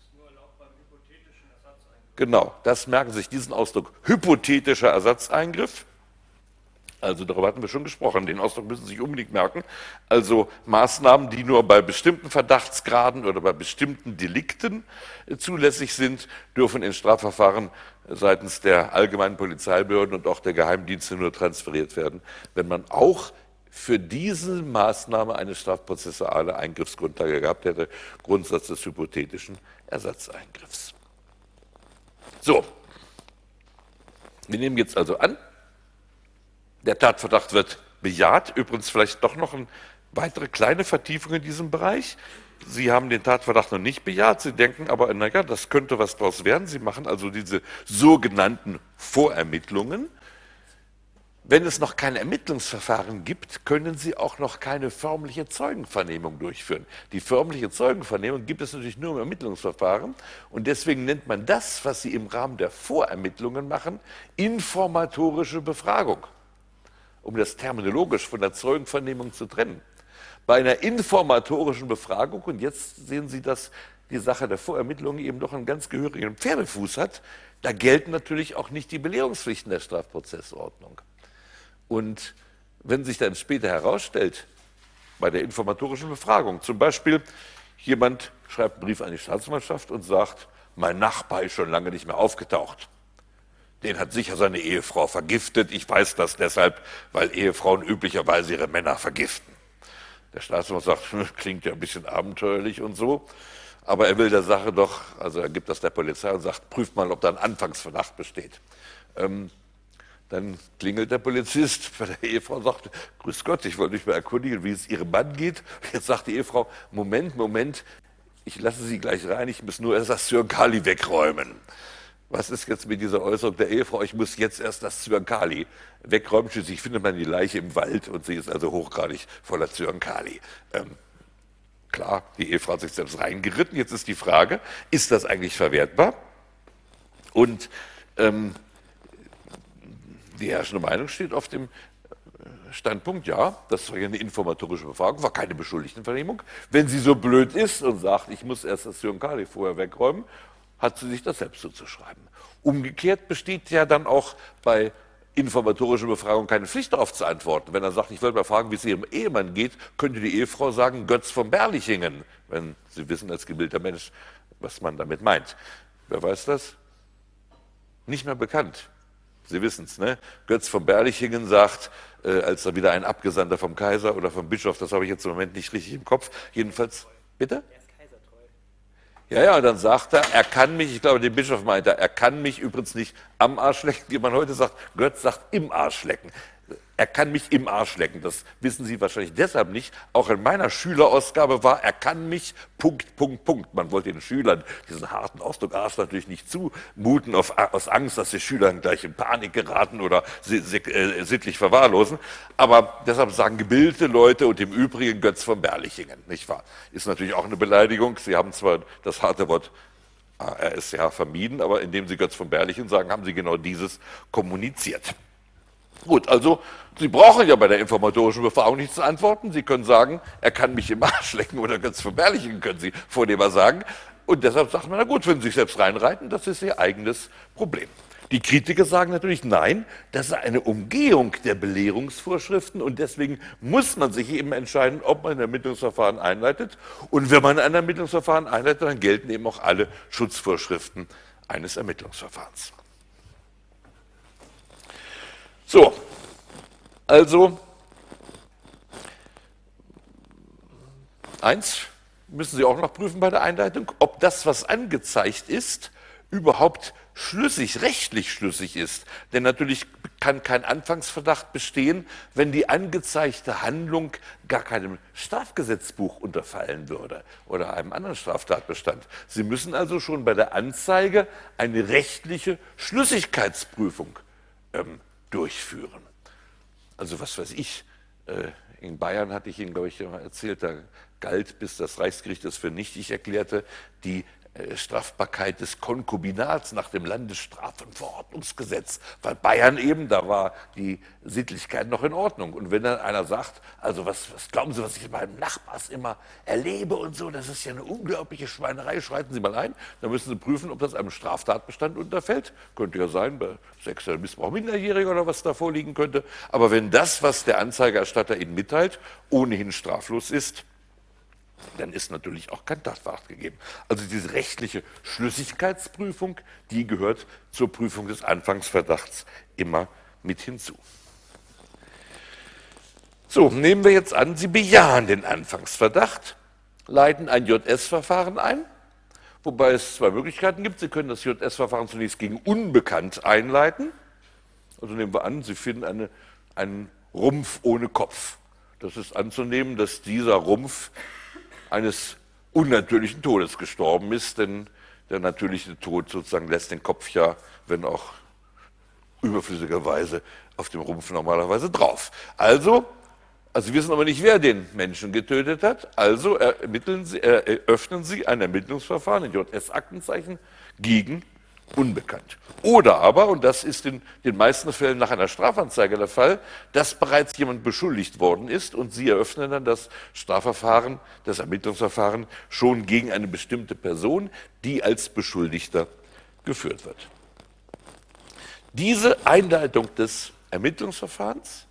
Genau, das merken Sie sich, diesen Ausdruck, hypothetischer Ersatzeingriff. Also darüber hatten wir schon gesprochen, den Ausdruck müssen Sie sich unbedingt merken. Also Maßnahmen, die nur bei bestimmten Verdachtsgraden oder bei bestimmten Delikten zulässig sind, dürfen in Strafverfahren seitens der allgemeinen Polizeibehörden und auch der Geheimdienste nur transferiert werden, wenn man auch für diese Maßnahme eine strafprozessuale Eingriffsgrundlage gehabt hätte, Grundsatz des hypothetischen Ersatzeingriffs. So, wir nehmen jetzt also an, der Tatverdacht wird bejaht. Übrigens vielleicht doch noch eine weitere kleine Vertiefung in diesem Bereich. Sie haben den Tatverdacht noch nicht bejaht, Sie denken aber, naja, das könnte was draus werden. Sie machen also diese sogenannten Vorermittlungen. Wenn es noch kein Ermittlungsverfahren gibt, können Sie auch noch keine förmliche Zeugenvernehmung durchführen. Die förmliche Zeugenvernehmung gibt es natürlich nur im Ermittlungsverfahren und deswegen nennt man das, was Sie im Rahmen der Vorermittlungen machen, informatorische Befragung, um das terminologisch von der Zeugenvernehmung zu trennen. Bei einer informatorischen Befragung, und jetzt sehen Sie, dass die Sache der Vorermittlungen eben doch einen ganz gehörigen Pferdefuß hat, da gelten natürlich auch nicht die Belehrungspflichten der Strafprozessordnung. Und wenn sich dann später herausstellt, bei der informatorischen Befragung, zum Beispiel jemand schreibt einen Brief an die Staatsanwaltschaft und sagt, mein Nachbar ist schon lange nicht mehr aufgetaucht. Den hat sicher seine Ehefrau vergiftet. Ich weiß das deshalb, weil Ehefrauen üblicherweise ihre Männer vergiften. Der Staatsanwalt sagt, klingt ja ein bisschen abenteuerlich und so. Aber er will der Sache doch, also er gibt das der Polizei und sagt, prüft mal, ob da ein Anfangsverdacht besteht. Dann klingelt der Polizist bei der Ehefrau und sagt, grüß Gott, ich wollte mich mal erkundigen, wie es Ihrem Mann geht. Jetzt sagt die Ehefrau, Moment, ich lasse Sie gleich rein, ich muss nur erst das Zyankali wegräumen. Was ist jetzt mit dieser Äußerung der Ehefrau? Ich muss jetzt erst das Zyankali wegräumen. Schließlich findet man die Leiche im Wald und sie ist also hochgradig voller Zyankali. Klar, die Ehefrau hat sich selbst reingeritten. Jetzt ist die Frage, ist das eigentlich verwertbar? Und die herrschende Meinung steht auf dem Standpunkt, ja, das war ja eine informatorische Befragung, war keine Beschuldigtenvernehmung. Wenn sie so blöd ist und sagt, ich muss erst das Zyankali vorher wegräumen, hat sie sich das selbst zuzuschreiben. Umgekehrt besteht ja dann auch bei informatorischer Befragung keine Pflicht darauf zu antworten. Wenn er sagt, ich will mal fragen, wie es Ihrem Ehemann geht, könnte die Ehefrau sagen, Götz von Berlichingen, wenn Sie wissen als gebildeter Mensch, was man damit meint. Wer weiß das? Nicht mehr bekannt. Sie wissen es, ne? Götz von Berlichingen sagt, als da wieder ein Abgesandter vom Kaiser oder vom Bischof, das habe ich jetzt im Moment nicht richtig im Kopf, jedenfalls, bitte? Ja, und dann sagt er kann mich, ich glaube, der Bischof meint er kann mich übrigens nicht am Arsch lecken, wie man heute sagt, Götz sagt im Arsch lecken. Er kann mich im Arsch lecken, das wissen Sie wahrscheinlich deshalb nicht. Auch in meiner Schülerausgabe war, er kann mich, Punkt. Man wollte den Schülern diesen harten Ausdruck Arsch natürlich nicht zumuten, aus Angst, dass die Schüler gleich in Panik geraten oder sittlich verwahrlosen. Aber deshalb sagen gebildete Leute und im Übrigen Götz von Berlichingen, nicht wahr? Ist natürlich auch eine Beleidigung. Sie haben zwar das harte Wort RSCH vermieden, aber indem Sie Götz von Berlichingen sagen, haben Sie genau dieses kommuniziert. Gut, also Sie brauchen ja bei der informatorischen Befragung nicht zu antworten. Sie können sagen, er kann mich im Arsch lecken oder Götz von Berlichingen, können Sie vornehmer sagen. Und deshalb sagt man, na gut, wenn Sie sich selbst reinreiten, das ist Ihr eigenes Problem. Die Kritiker sagen natürlich, nein, das ist eine Umgehung der Belehrungsvorschriften und deswegen muss man sich eben entscheiden, ob man ein Ermittlungsverfahren einleitet. Und wenn man ein Ermittlungsverfahren einleitet, dann gelten eben auch alle Schutzvorschriften eines Ermittlungsverfahrens. So, also, eins müssen Sie auch noch prüfen bei der Einleitung, ob das, was angezeigt ist, überhaupt rechtlich schlüssig ist. Denn natürlich kann kein Anfangsverdacht bestehen, wenn die angezeigte Handlung gar keinem Strafgesetzbuch unterfallen würde oder einem anderen Straftatbestand. Sie müssen also schon bei der Anzeige eine rechtliche Schlüssigkeitsprüfung durchführen. Also was weiß ich, in Bayern hatte ich Ihnen, glaube ich, erzählt, da galt, bis das Reichsgericht es für nichtig erklärte, die Strafbarkeit des Konkubinats nach dem Landesstrafenverordnungsgesetz, weil Bayern eben, da war die Sittlichkeit noch in Ordnung. Und wenn dann einer sagt, also was glauben Sie, was ich bei meinem Nachbars immer erlebe und so, das ist ja eine unglaubliche Schweinerei, schreiten Sie mal ein, dann müssen Sie prüfen, ob das einem Straftatbestand unterfällt. Könnte ja sein, bei sexuellem Missbrauch Minderjähriger oder was da vorliegen könnte. Aber wenn das, was der Anzeigerstatter Ihnen mitteilt, ohnehin straflos ist, dann ist natürlich auch kein Tatverdacht gegeben. Also diese rechtliche Schlüssigkeitsprüfung, die gehört zur Prüfung des Anfangsverdachts immer mit hinzu. So, nehmen wir jetzt an, Sie bejahen den Anfangsverdacht, leiten ein JS-Verfahren ein, wobei es zwei Möglichkeiten gibt. Sie können das JS-Verfahren zunächst gegen Unbekannt einleiten. Also nehmen wir an, Sie finden einen Rumpf ohne Kopf. Das ist anzunehmen, dass dieser Rumpf eines unnatürlichen Todes gestorben ist, denn der natürliche Tod sozusagen lässt den Kopf ja, wenn auch überflüssigerweise, auf dem Rumpf normalerweise drauf. Also Sie wissen aber nicht, wer den Menschen getötet hat, also eröffnen Sie ein Ermittlungsverfahren in JS-Aktenzeichen gegen Unbekannt. Oder aber, und das ist in den meisten Fällen nach einer Strafanzeige der Fall, dass bereits jemand beschuldigt worden ist und Sie eröffnen dann das Strafverfahren, das Ermittlungsverfahren schon gegen eine bestimmte Person, die als Beschuldigter geführt wird. Diese Einleitung des Ermittlungsverfahrens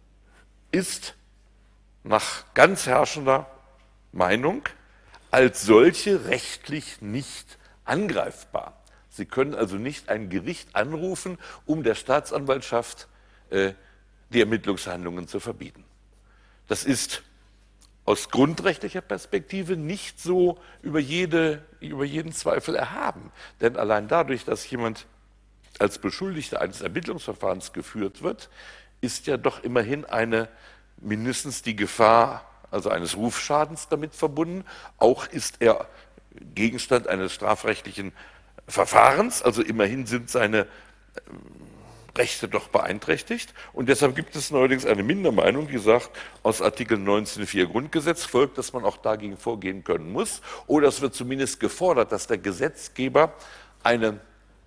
ist nach ganz herrschender Meinung als solche rechtlich nicht angreifbar. Sie können also nicht ein Gericht anrufen, um der Staatsanwaltschaft die Ermittlungshandlungen zu verbieten. Das ist aus grundrechtlicher Perspektive nicht so über jeden Zweifel erhaben. Denn allein dadurch, dass jemand als Beschuldigter eines Ermittlungsverfahrens geführt wird, ist ja doch immerhin mindestens die Gefahr, also eines Rufschadens damit verbunden. Auch ist er Gegenstand eines strafrechtlichen Verfahrens, also immerhin sind seine Rechte doch beeinträchtigt. Und deshalb gibt es neuerdings eine Mindermeinung, die sagt, aus Artikel 19.4 Grundgesetz folgt, dass man auch dagegen vorgehen können muss. Oder es wird zumindest gefordert, dass der Gesetzgeber einen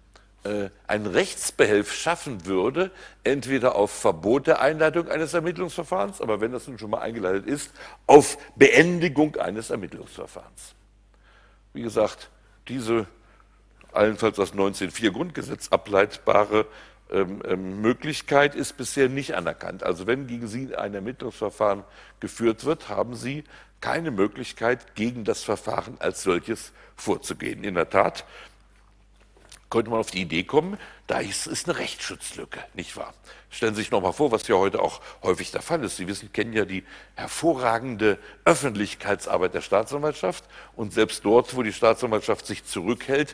Rechtsbehelf schaffen würde, entweder auf Verbot der Einleitung eines Ermittlungsverfahrens, aber wenn das nun schon mal eingeleitet ist, auf Beendigung eines Ermittlungsverfahrens. Wie gesagt, diese allenfalls aus 19.4 Grundgesetz ableitbare Möglichkeit ist bisher nicht anerkannt. Also wenn gegen Sie ein Ermittlungsverfahren geführt wird, haben Sie keine Möglichkeit, gegen das Verfahren als solches vorzugehen. In der Tat könnte man auf die Idee kommen, da ist eine Rechtsschutzlücke, nicht wahr? Stellen Sie sich noch mal vor, was ja heute auch häufig der Fall ist. Sie kennen ja die hervorragende Öffentlichkeitsarbeit der Staatsanwaltschaft und selbst dort, wo die Staatsanwaltschaft sich zurückhält,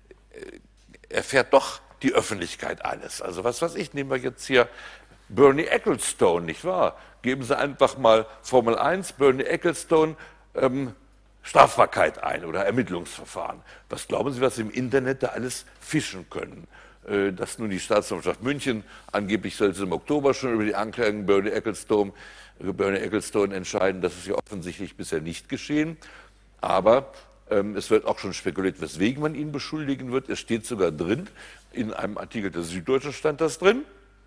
erfährt doch die Öffentlichkeit alles. Also was weiß ich, nehmen wir jetzt hier Bernie Ecclestone, nicht wahr? Geben Sie einfach mal Formel 1, Bernie Ecclestone, Strafbarkeit ein oder Ermittlungsverfahren. Was glauben Sie, was Sie im Internet da alles fischen können? Dass nun die Staatsanwaltschaft München, angeblich soll es im Oktober schon über die Anklagen Bernie Ecclestone entscheiden, das ist ja offensichtlich bisher nicht geschehen. Aber es wird auch schon spekuliert, weswegen man ihn beschuldigen wird. Es steht sogar drin, in einem Artikel der Süddeutschen stand das drin,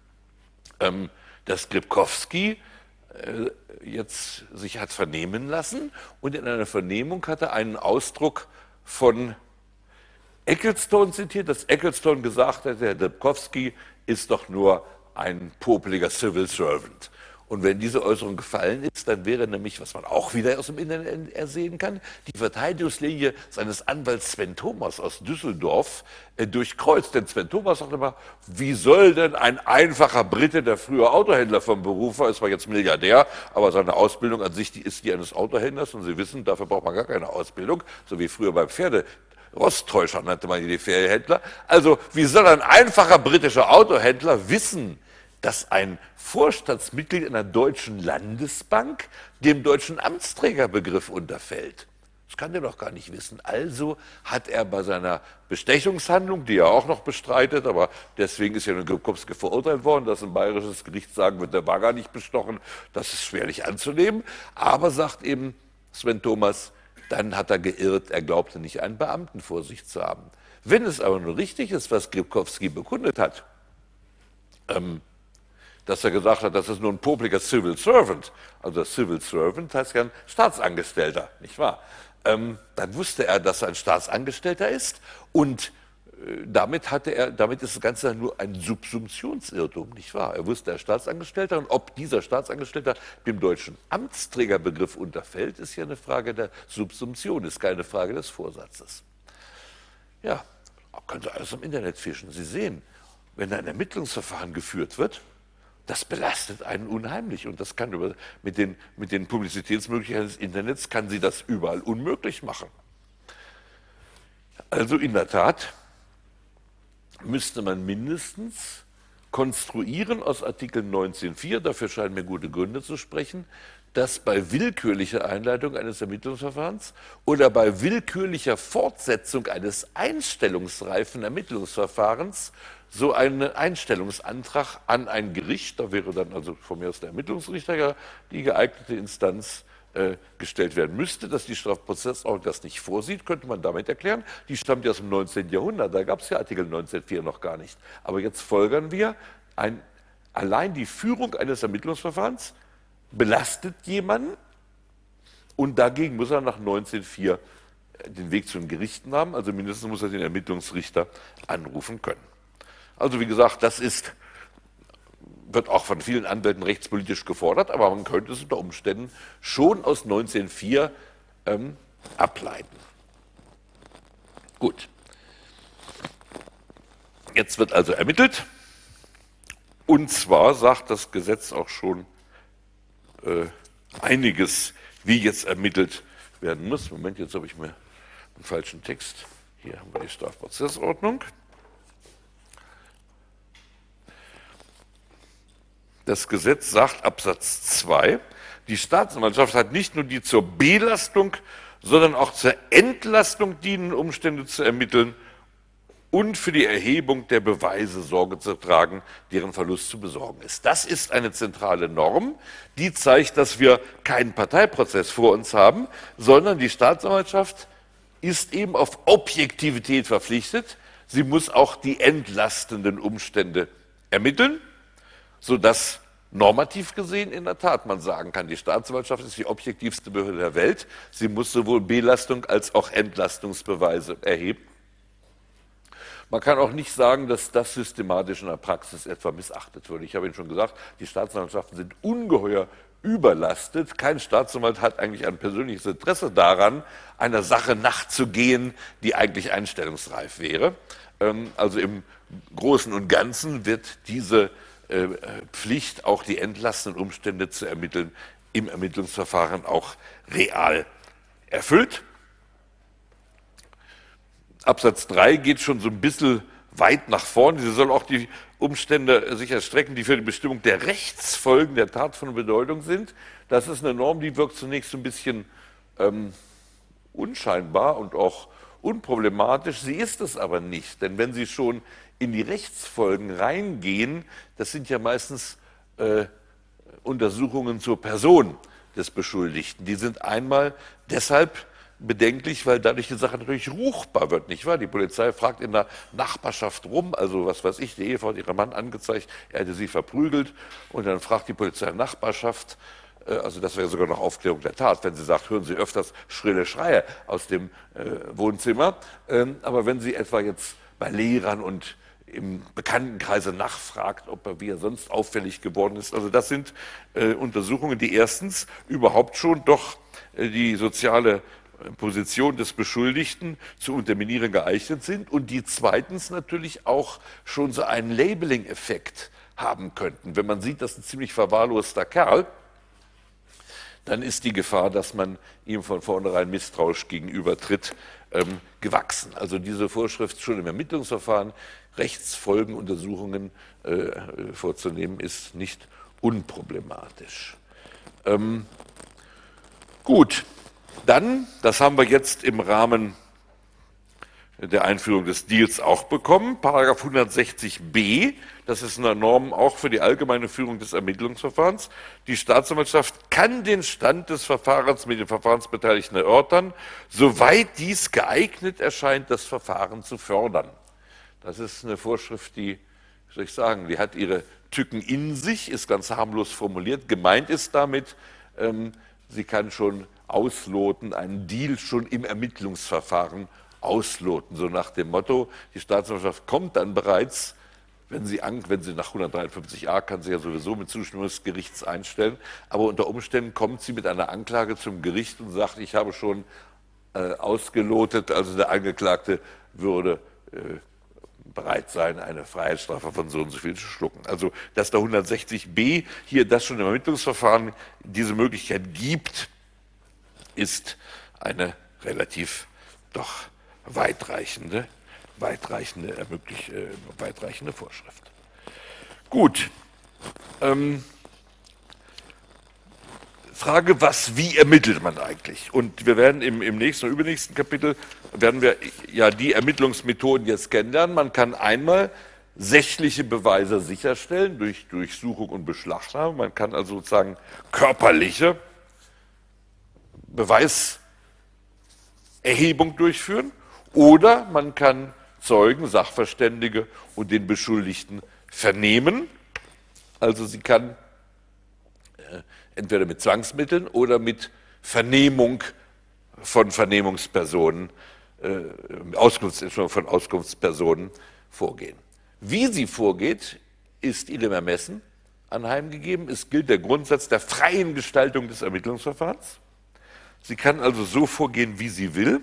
dass Gripkowski jetzt sich hat vernehmen lassen und in einer Vernehmung hat er einen Ausdruck von Ecclestone zitiert, dass Ecclestone gesagt hat, Herr Gripkowski ist doch nur ein popeliger Civil Servant. Und wenn diese Äußerung gefallen ist, dann wäre nämlich, was man auch wieder aus dem Internet ersehen kann, die Verteidigungslinie seines Anwalts Sven Thomas aus Düsseldorf durchkreuzt. Denn Sven Thomas sagt immer, wie soll denn ein einfacher Brite, der früher Autohändler vom Beruf war, ist zwar jetzt Milliardär, aber seine Ausbildung an sich, die ist die eines Autohändlers. Und Sie wissen, dafür braucht man gar keine Ausbildung, so wie früher beim Rostäuscher nannte man die Pferdehändler. Also wie soll ein einfacher britischer Autohändler wissen, dass ein Vorstandsmitglied einer deutschen Landesbank dem deutschen Amtsträgerbegriff unterfällt? Das kann der doch gar nicht wissen. Also hat er bei seiner Bestechungshandlung, die er auch noch bestreitet, aber deswegen ist ja nun Gripkowski verurteilt worden, dass ein bayerisches Gericht sagen wird, der war gar nicht bestochen, das ist schwerlich anzunehmen. Aber sagt eben Sven Thomas, dann hat er geirrt, er glaubte nicht, einen Beamten vor sich zu haben. Wenn es aber nur richtig ist, was Gripkowski bekundet hat, dass er gesagt hat, das ist nur ein popliger Civil Servant. Also Civil Servant heißt ja ein Staatsangestellter, nicht wahr? Dann wusste er, dass er ein Staatsangestellter ist und damit ist das Ganze nur ein Subsumptionsirrtum, nicht wahr? Er wusste, er ist Staatsangestellter und ob dieser Staatsangestellter dem deutschen Amtsträgerbegriff unterfällt, ist ja eine Frage der Subsumption, ist keine Frage des Vorsatzes. Ja, können Sie alles im Internet fischen. Sie sehen, wenn ein Ermittlungsverfahren geführt wird, das belastet einen unheimlich. Und das kann mit den Publizitätsmöglichkeiten des Internets kann sie das überall unmöglich machen. Also in der Tat müsste man mindestens konstruieren aus Artikel 19.4, dafür scheinen mir gute Gründe zu sprechen, dass bei willkürlicher Einleitung eines Ermittlungsverfahrens oder bei willkürlicher Fortsetzung eines einstellungsreifen Ermittlungsverfahrens so ein Einstellungsantrag an ein Gericht, da wäre dann also von mir aus der Ermittlungsrichter ja die geeignete Instanz, gestellt werden müsste, dass die Strafprozessordnung das nicht vorsieht, könnte man damit erklären. Die stammt ja aus dem 19. Jahrhundert, da gab es ja Artikel 19.4 noch gar nicht. Aber jetzt folgern wir, allein die Führung eines Ermittlungsverfahrens belastet jemanden und dagegen muss er nach 19.4 den Weg zu den Gerichten haben, also mindestens muss er den Ermittlungsrichter anrufen können. Also wie gesagt, das wird auch von vielen Anwälten rechtspolitisch gefordert, aber man könnte es unter Umständen schon aus 19.4 ableiten. Gut. Jetzt wird also ermittelt und zwar sagt das Gesetz auch schon einiges, wie jetzt ermittelt werden muss. Moment, jetzt habe ich mir einen falschen Text. Hier haben wir die Strafprozessordnung. Das Gesetz sagt, Absatz 2, die Staatsanwaltschaft hat nicht nur die zur Belastung, sondern auch zur Entlastung dienenden Umstände zu ermitteln und für die Erhebung der Beweise Sorge zu tragen, deren Verlust zu besorgen ist. Das ist eine zentrale Norm, die zeigt, dass wir keinen Parteiprozess vor uns haben, sondern die Staatsanwaltschaft ist eben auf Objektivität verpflichtet. Sie muss auch die entlastenden Umstände ermitteln, sodass normativ gesehen in der Tat man sagen kann, die Staatsanwaltschaft ist die objektivste Behörde der Welt. Sie muss sowohl Belastung als auch Entlastungsbeweise erheben. Man kann auch nicht sagen, dass das systematisch in der Praxis etwa missachtet wird. Ich habe Ihnen schon gesagt, die Staatsanwaltschaften sind ungeheuer überlastet. Kein Staatsanwalt hat eigentlich ein persönliches Interesse daran, einer Sache nachzugehen, die eigentlich einstellungsreif wäre. Also im Großen und Ganzen wird diese Pflicht, auch die entlastenden Umstände zu ermitteln, im Ermittlungsverfahren auch real erfüllt. Absatz 3 geht schon so ein bisschen weit nach vorne. Sie soll auch die Umstände sich erstrecken, die für die Bestimmung der Rechtsfolgen der Tat von Bedeutung sind. Das ist eine Norm, die wirkt zunächst so ein bisschen unscheinbar und auch unproblematisch. Sie ist es aber nicht, denn wenn Sie schon in die Rechtsfolgen reingehen, das sind ja meistens Untersuchungen zur Person des Beschuldigten. Die sind einmal deshalb bedenklich, weil dadurch die Sache natürlich ruchbar wird, nicht wahr? Die Polizei fragt in der Nachbarschaft rum, also was weiß ich, die Ehefrau hat ihren Mann angezeigt, er hätte sie verprügelt und dann fragt die Polizei in der Nachbarschaft, also das wäre sogar noch Aufklärung der Tat, wenn sie sagt, hören Sie öfters schrille Schreie aus dem Wohnzimmer, aber wenn sie etwa jetzt bei Lehrern und im Bekanntenkreise nachfragt, ob er wie er sonst auffällig geworden ist. Also das sind Untersuchungen, die erstens überhaupt schon doch die soziale Position des Beschuldigten zu unterminieren geeignet sind und die zweitens natürlich auch schon so einen Labeling-Effekt haben könnten. Wenn man sieht, das ist ein ziemlich verwahrloster Kerl, dann ist die Gefahr, dass man ihm von vornherein misstrauisch gegenübertritt, gewachsen. Also diese Vorschrift schon im Ermittlungsverfahren, Rechtsfolgenuntersuchungen vorzunehmen, ist nicht unproblematisch. Gut, dann, das haben wir jetzt im Rahmen der Einführung des Deals auch bekommen, Paragraph 160b, das ist eine Norm auch für die allgemeine Führung des Ermittlungsverfahrens. Die Staatsanwaltschaft kann den Stand des Verfahrens mit den Verfahrensbeteiligten erörtern, soweit dies geeignet erscheint, das Verfahren zu fördern. Das ist eine Vorschrift, die, wie soll ich sagen, die hat ihre Tücken in sich, ist ganz harmlos formuliert. Gemeint ist damit, sie kann schon ausloten, einen Deal schon im Ermittlungsverfahren ausloten, so nach dem Motto, die Staatsanwaltschaft kommt dann bereits, wenn sie nach 153a kann sie ja sowieso mit Zustimmung des Gerichts einstellen, aber unter Umständen kommt sie mit einer Anklage zum Gericht und sagt, ich habe schon ausgelotet, also der Angeklagte würde bereit sein, eine Freiheitsstrafe von so und so viel zu schlucken. Also, dass der 160b hier das schon im Ermittlungsverfahren diese Möglichkeit gibt, ist eine relativ doch weitreichende Vorschrift. Gut. Frage, wie ermittelt man eigentlich? Und wir werden im nächsten oder übernächsten Kapitel, werden wir ja die Ermittlungsmethoden jetzt kennenlernen. Man kann einmal sächliche Beweise sicherstellen durch Durchsuchung und Beschlagnahme. Man kann also sozusagen körperliche Beweiserhebung durchführen. Oder man kann Zeugen, Sachverständige und den Beschuldigten vernehmen. Also sie kann entweder mit Zwangsmitteln oder mit Vernehmung von Vernehmungspersonen, von Auskunftspersonen vorgehen. Wie sie vorgeht, ist ihrem Ermessen anheimgegeben. Es gilt der Grundsatz der freien Gestaltung des Ermittlungsverfahrens. Sie kann also so vorgehen, wie sie will.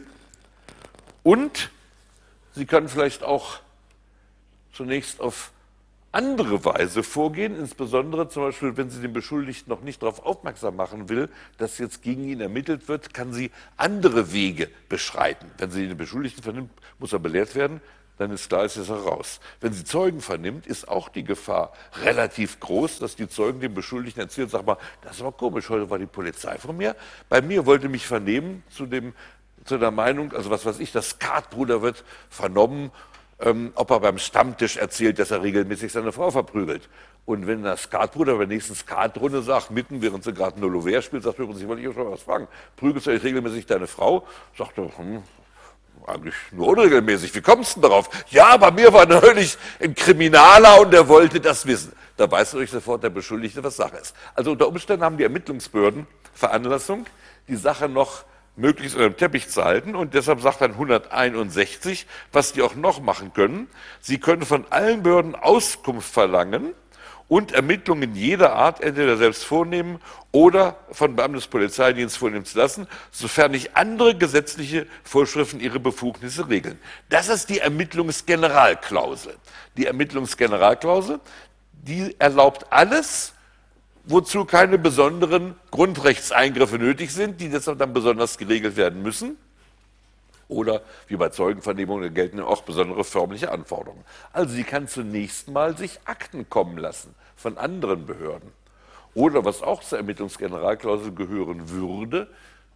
Und sie kann vielleicht auch zunächst auf andere Weise vorgehen, insbesondere zum Beispiel, wenn sie den Beschuldigten noch nicht darauf aufmerksam machen will, dass jetzt gegen ihn ermittelt wird, kann sie andere Wege beschreiten. Wenn sie den Beschuldigten vernimmt, muss er belehrt werden, dann ist klar, ist er raus. Wenn sie Zeugen vernimmt, ist auch die Gefahr relativ groß, dass die Zeugen dem Beschuldigten erzählen, sag mal, das ist aber komisch, heute war die Polizei von mir, bei mir wollte mich vernehmen zu der Meinung, also was weiß ich, der Skatbruder wird vernommen, ob er beim Stammtisch erzählt, dass er regelmäßig seine Frau verprügelt. Und wenn der Skatbruder bei der nächsten Skatrunde sagt, mitten während sie gerade Null Ouvert spielt, sagt er übrigens, ich wollte dich schon was fragen, prügelst du eigentlich regelmäßig deine Frau? Sagt er, eigentlich nur unregelmäßig, wie kommst du denn darauf? Ja, bei mir war neulich ein Kriminaler und der wollte das wissen. Da weiß natürlich sofort der Beschuldigte, was Sache ist. Also unter Umständen haben die Ermittlungsbehörden Veranlassung, die Sache noch möglichst unter dem Teppich zu halten. Und deshalb sagt dann 161, was die auch noch machen können. Sie können von allen Behörden Auskunft verlangen und Ermittlungen jeder Art entweder selbst vornehmen oder von Beamten des Polizeidienstes vornehmen zu lassen, sofern nicht andere gesetzliche Vorschriften ihre Befugnisse regeln. Das ist die Ermittlungsgeneralklausel. Die Ermittlungsgeneralklausel, die erlaubt alles, wozu keine besonderen Grundrechtseingriffe nötig sind, die deshalb dann besonders geregelt werden müssen. Oder wie bei Zeugenvernehmungen gelten auch besondere förmliche Anforderungen. Also sie kann zunächst mal sich Akten kommen lassen von anderen Behörden. Oder was auch zur Ermittlungsgeneralklausel gehören würde,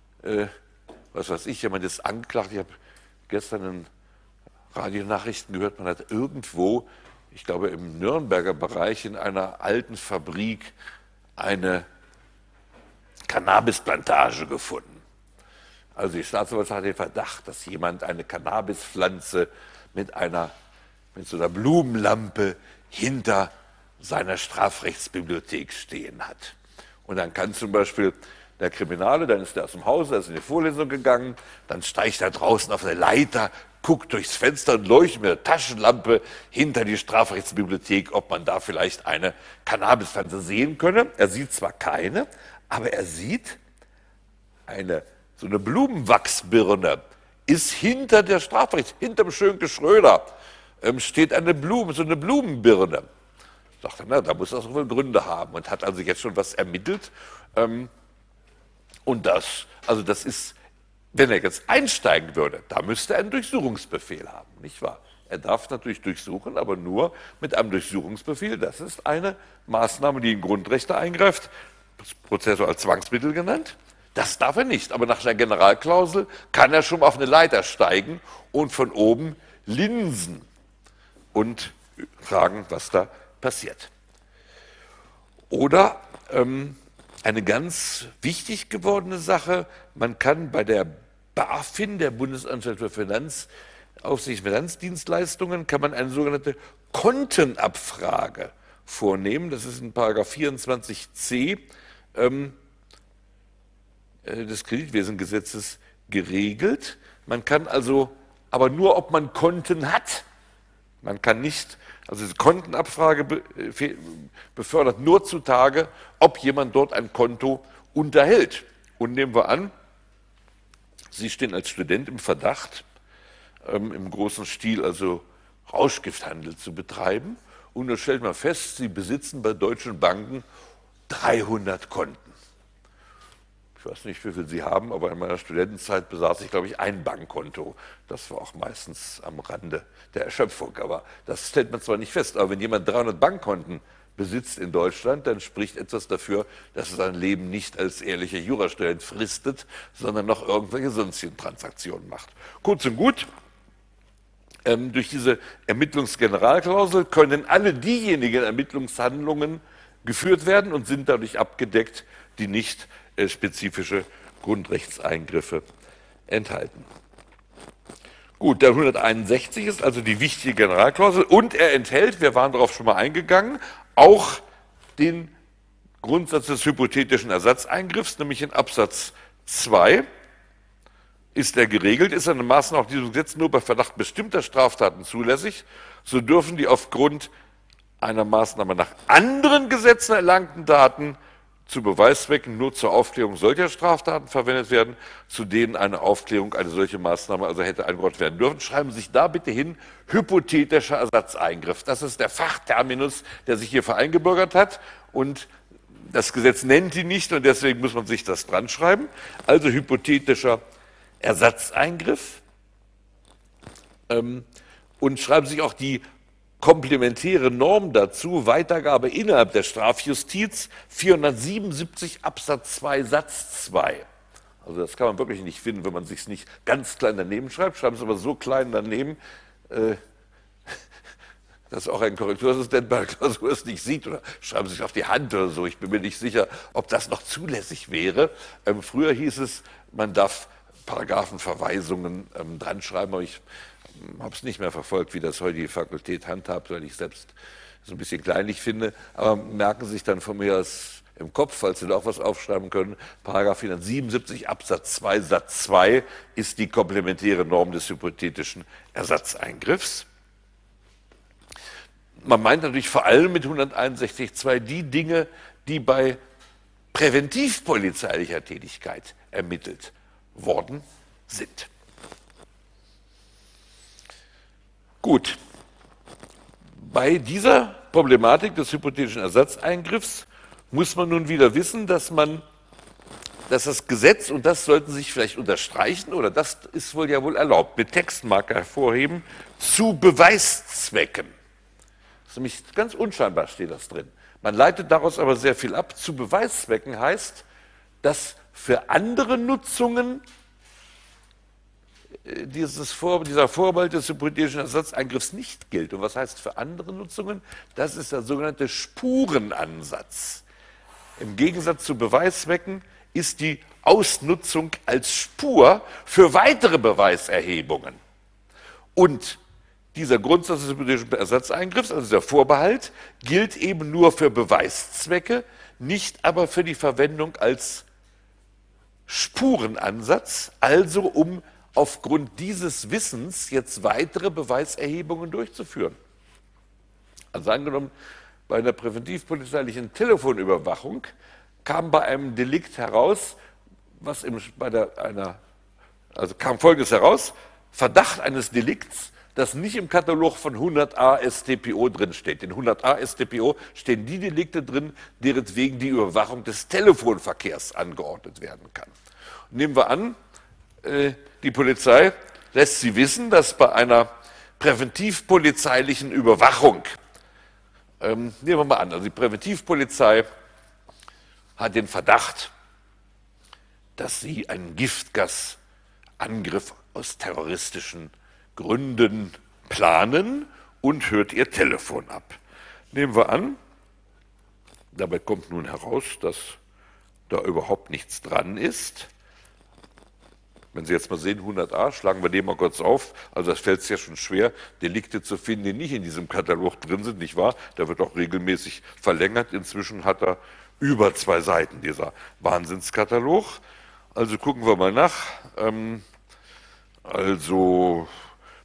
was weiß ich, jemand ist angeklagt, ich habe gestern in Radionachrichten gehört, man hat irgendwo, ich glaube im Nürnberger Bereich in einer alten Fabrik, eine Cannabisplantage gefunden. Also die Staatsanwaltschaft hat den Verdacht, dass jemand eine Cannabispflanze mit so einer Blumenlampe hinter seiner Strafrechtsbibliothek stehen hat. Und dann kann zum Beispiel der Kriminale, dann ist er aus dem Haus, er ist in die Vorlesung gegangen, dann steigt er draußen auf eine Leiter, guckt durchs Fenster und leuchtet mit der Taschenlampe hinter die Strafrechtsbibliothek, ob man da vielleicht eine Cannabispflanze sehen könne. Er sieht zwar keine, aber er sieht so eine Blumenwachsbirne ist hinter der hinterm Schönke Schröder steht so eine Blumenbirne. Sagt er, na, da muss das wohl Gründe haben und hat also jetzt schon was ermittelt. Und das ist, wenn er jetzt einsteigen würde, da müsste er einen Durchsuchungsbefehl haben, nicht wahr? Er darf natürlich durchsuchen, aber nur mit einem Durchsuchungsbefehl. Das ist eine Maßnahme, die in Grundrechte eingreift, das Prozessor als Zwangsmittel genannt. Das darf er nicht, aber nach der Generalklausel kann er schon auf eine Leiter steigen und von oben linsen und fragen, was da passiert. Oder eine ganz wichtig gewordene Sache, man kann bei der BaFin, der Bundesanstalt für Finanzaufsicht, Finanzdienstleistungen, kann man eine sogenannte Kontenabfrage vornehmen. Das ist in § 24c des Kreditwesengesetzes geregelt. Man kann also, aber nur, ob man Konten hat. Man kann nicht, also diese Kontenabfrage befördert nur zutage, ob jemand dort ein Konto unterhält. Und nehmen wir an, Sie stehen als Student im Verdacht, im großen Stil also Rauschgifthandel zu betreiben. Und dann stellt man fest, sie besitzen bei deutschen Banken 300 Konten. Ich weiß nicht, wie viel Sie haben, aber in meiner Studentenzeit besaß ich, glaube ich, ein Bankkonto. Das war auch meistens am Rande der Erschöpfung. Aber das stellt man zwar nicht fest, aber wenn jemand 300 Bankkonten besitzt in Deutschland, dann spricht etwas dafür, dass er sein Leben nicht als ehrlicher Jurastudent fristet, sondern noch irgendwelche sonstigen Transaktionen macht. Kurz und gut, durch diese Ermittlungsgeneralklausel können alle diejenigen Ermittlungshandlungen geführt werden und sind dadurch abgedeckt, die nicht spezifische Grundrechtseingriffe enthalten. Gut, der 161 ist also die wichtige Generalklausel und er enthält, wir waren darauf schon mal eingegangen, auch den Grundsatz des hypothetischen Ersatzeingriffs, nämlich in Absatz 2 ist er geregelt, ist eine Maßnahme auf diesem Gesetz nur bei Verdacht bestimmter Straftaten zulässig, so dürfen die aufgrund einer Maßnahme nach anderen Gesetzen erlangten Daten zu Beweiszwecken nur zur Aufklärung solcher Straftaten verwendet werden, zu denen eine Aufklärung eine solche Maßnahme also hätte angeordnet werden dürfen. Schreiben Sie sich da bitte hin, hypothetischer Ersatzeingriff. Das ist der Fachterminus, der sich hier vereingebürgert hat und das Gesetz nennt ihn nicht und deswegen muss man sich das dran schreiben. Also hypothetischer Ersatzeingriff. Und schreiben sich auch die komplementäre Norm dazu, Weitergabe innerhalb der Strafjustiz, 477 Absatz 2 Satz 2. Also das kann man wirklich nicht finden, wenn man es sich nicht ganz klein daneben schreibt. Schreiben Sie es aber so klein daneben, dass auch ein Korrekturassistent bei der Klausur es nicht sieht, oder schreiben Sie es auf die Hand oder so. Ich bin mir nicht sicher, ob das noch zulässig wäre. Früher hieß es, man darf Paragraphenverweisungen dran schreiben, aber ich habe es nicht mehr verfolgt, wie das heute die Fakultät handhabt, weil ich selbst so ein bisschen kleinlich finde. Aber merken Sie sich dann von mir aus im Kopf, falls Sie da auch was aufschreiben können, Paragraph 477 Absatz 2 Satz 2 ist die komplementäre Norm des hypothetischen Ersatzeingriffs. Man meint natürlich vor allem mit 161.2 die Dinge, die bei präventivpolizeilicher Tätigkeit ermittelt worden sind. Gut, bei dieser Problematik des hypothetischen Ersatzeingriffs muss man nun wieder wissen, dass das Gesetz, und das sollten Sie sich vielleicht unterstreichen, oder das ist wohl ja wohl erlaubt, mit Textmarker hervorheben, zu Beweiszwecken. Das ist nämlich ganz unscheinbar steht das drin. Man leitet daraus aber sehr viel ab. Zu Beweiszwecken heißt, dass für andere Nutzungen dieser Vorbehalt des hypothetischen Ersatzeingriffs nicht gilt. Und was heißt für andere Nutzungen? Das ist der sogenannte Spurenansatz. Im Gegensatz zu Beweiszwecken ist die Ausnutzung als Spur für weitere Beweiserhebungen. Und dieser Grundsatz des hypothetischen Ersatzeingriffs, also der Vorbehalt, gilt eben nur für Beweiszwecke, nicht aber für die Verwendung als Spurenansatz, also um aufgrund dieses Wissens jetzt weitere Beweiserhebungen durchzuführen. Also angenommen, bei einer präventivpolizeilichen Telefonüberwachung kam bei einem Delikt heraus, kam Folgendes heraus: Verdacht eines Delikts, das nicht im Katalog von 100a StPO drin steht. In 100a StPO stehen die Delikte drin, deretwegen die Überwachung des Telefonverkehrs angeordnet werden kann. Nehmen wir an, die Polizei lässt Sie wissen, dass bei einer präventivpolizeilichen Überwachung, nehmen wir mal an, also die Präventivpolizei hat den Verdacht, dass sie einen Giftgasangriff aus terroristischen Gründen planen und hört ihr Telefon ab. Nehmen wir an, dabei kommt nun heraus, dass da überhaupt nichts dran ist. Wenn Sie jetzt mal sehen, 100a, schlagen wir den mal kurz auf. Also das fällt es ja schon schwer, Delikte zu finden, die nicht in diesem Katalog drin sind, nicht wahr? Der wird auch regelmäßig verlängert. Inzwischen hat er über 2 Seiten, dieser Wahnsinnskatalog. Also gucken wir mal nach. Also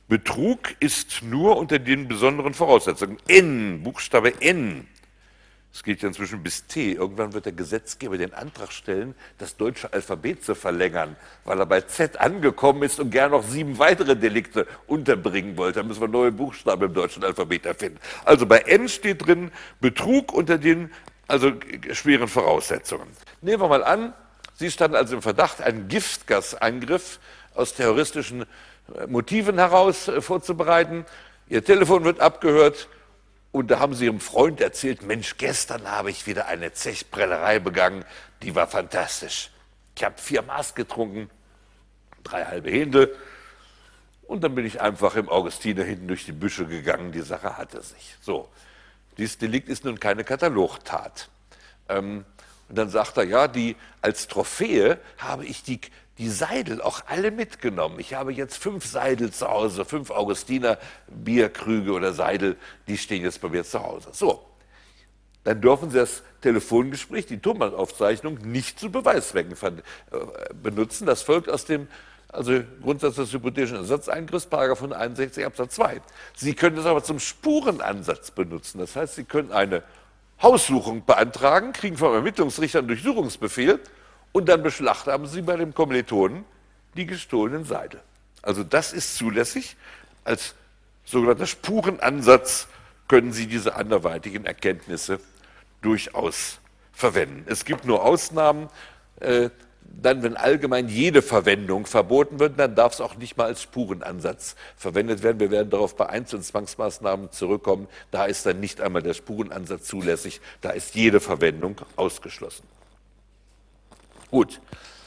Betrug ist nur unter den besonderen Voraussetzungen. N, Buchstabe N, es geht ja inzwischen bis T. Irgendwann wird der Gesetzgeber den Antrag stellen, das deutsche Alphabet zu verlängern, weil er bei Z angekommen ist und gern noch 7 weitere Delikte unterbringen wollte. Da müssen wir neue Buchstaben im deutschen Alphabet erfinden. Also bei N steht drin Betrug unter den schweren Voraussetzungen. Nehmen wir mal an, Sie standen also im Verdacht, einen Giftgaseingriff aus terroristischen Motiven heraus vorzubereiten. Ihr Telefon wird abgehört. Und da haben Sie Ihrem Freund erzählt, Mensch, gestern habe ich wieder eine Zechprellerei begangen, die war fantastisch. Ich habe 4 Maß getrunken, 3 halbe Hände und dann bin ich einfach im Augustiner hinten durch die Büsche gegangen, die Sache hatte sich. So, dieses Delikt ist nun keine Katalogtat. Und dann sagt er, ja, als Trophäe habe ich die Seidel auch alle mitgenommen. Ich habe jetzt 5 Seidel zu Hause, 5 Augustiner Bierkrüge oder Seidel, die stehen jetzt bei mir zu Hause. So, dann dürfen Sie das Telefongespräch, die Tonbandaufzeichnung, nicht zu Beweiszwecken benutzen. Das folgt aus dem Grundsatz des hypothetischen Ersatzeingriffs, § 161 Absatz 2. Sie können es aber zum Spurenansatz benutzen. Das heißt, Sie können eine Haussuchung beantragen, kriegen vom Ermittlungsrichter einen Durchsuchungsbefehl und dann beschlagnahmen Sie bei dem Kommilitonen die gestohlenen Seidel. Also das ist zulässig. Als sogenannter Spurenansatz können Sie diese anderweitigen Erkenntnisse durchaus verwenden. Es gibt nur Ausnahmen. Dann, wenn allgemein jede Verwendung verboten wird, dann darf es auch nicht mal als Spurenansatz verwendet werden. Wir werden darauf bei Einzel- und Zwangsmaßnahmen zurückkommen. Da ist dann nicht einmal der Spurenansatz zulässig. Da ist jede Verwendung ausgeschlossen. Gut.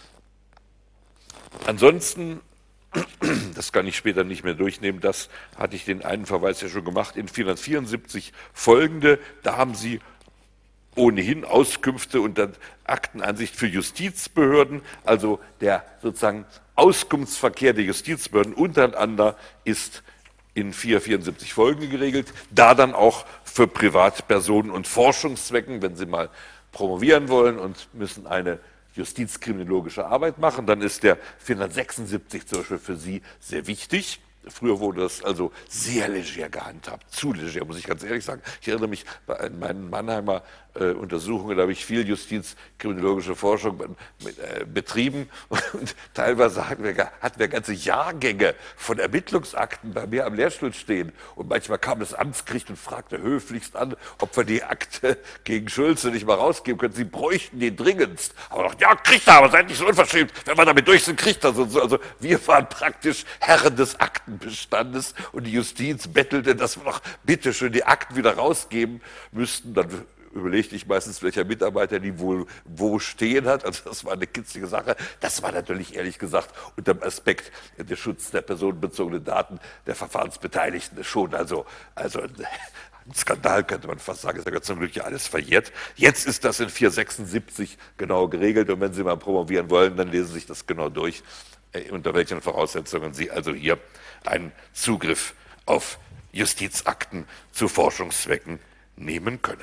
Ansonsten, das kann ich später nicht mehr durchnehmen, das hatte ich den einen Verweis ja schon gemacht, in 474 folgende, da haben Sie ohnehin Auskünfte und dann Aktenansicht für Justizbehörden, also der sozusagen Auskunftsverkehr der Justizbehörden untereinander ist in 474 folgende geregelt, da dann auch für Privatpersonen und Forschungszwecken, wenn Sie mal promovieren wollen und müssen eine justizkriminologische Arbeit machen, dann ist der 476 zum Beispiel für Sie sehr wichtig. Früher wurde das also sehr leger gehandhabt, zu leger, muss ich ganz ehrlich sagen. Ich erinnere mich bei meinen Mannheimer Untersuchungen, da habe ich viel justizkriminologische Forschung betrieben und teilweise hatten wir ganze Jahrgänge von Ermittlungsakten bei mir am Lehrstuhl stehen und manchmal kam das Amtsgericht und fragte höflichst an, ob wir die Akte gegen Schulze nicht mal rausgeben können. Sie bräuchten die dringendst. Aber doch, ja, kriegt er, aber seid nicht so unverschämt. Wenn wir damit durch sind, kriegt er so. Also wir waren praktisch Herren des Aktenbestandes und die Justiz bettelte, dass wir doch bitteschön die Akten wieder rausgeben müssten. Dann überlegte ich meistens, welcher Mitarbeiter die wohl wo stehen hat. Also das war eine kitzlige Sache. Das war natürlich ehrlich gesagt unter dem Aspekt des Schutzes der personenbezogenen Daten der Verfahrensbeteiligten schon. Also ein Skandal könnte man fast sagen, ist ja Gott zum Glück ja alles verjährt. Jetzt ist das in 476 genau geregelt und wenn Sie mal promovieren wollen, dann lesen Sie sich das genau durch, unter welchen Voraussetzungen Sie also hier einen Zugriff auf Justizakten zu Forschungszwecken nehmen können.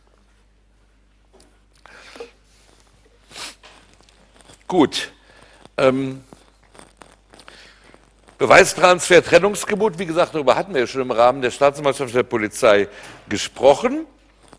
Gut. Beweistransfer, Trennungsgebot, wie gesagt, darüber hatten wir ja schon im Rahmen der Staatsanwaltschaft der Polizei gesprochen.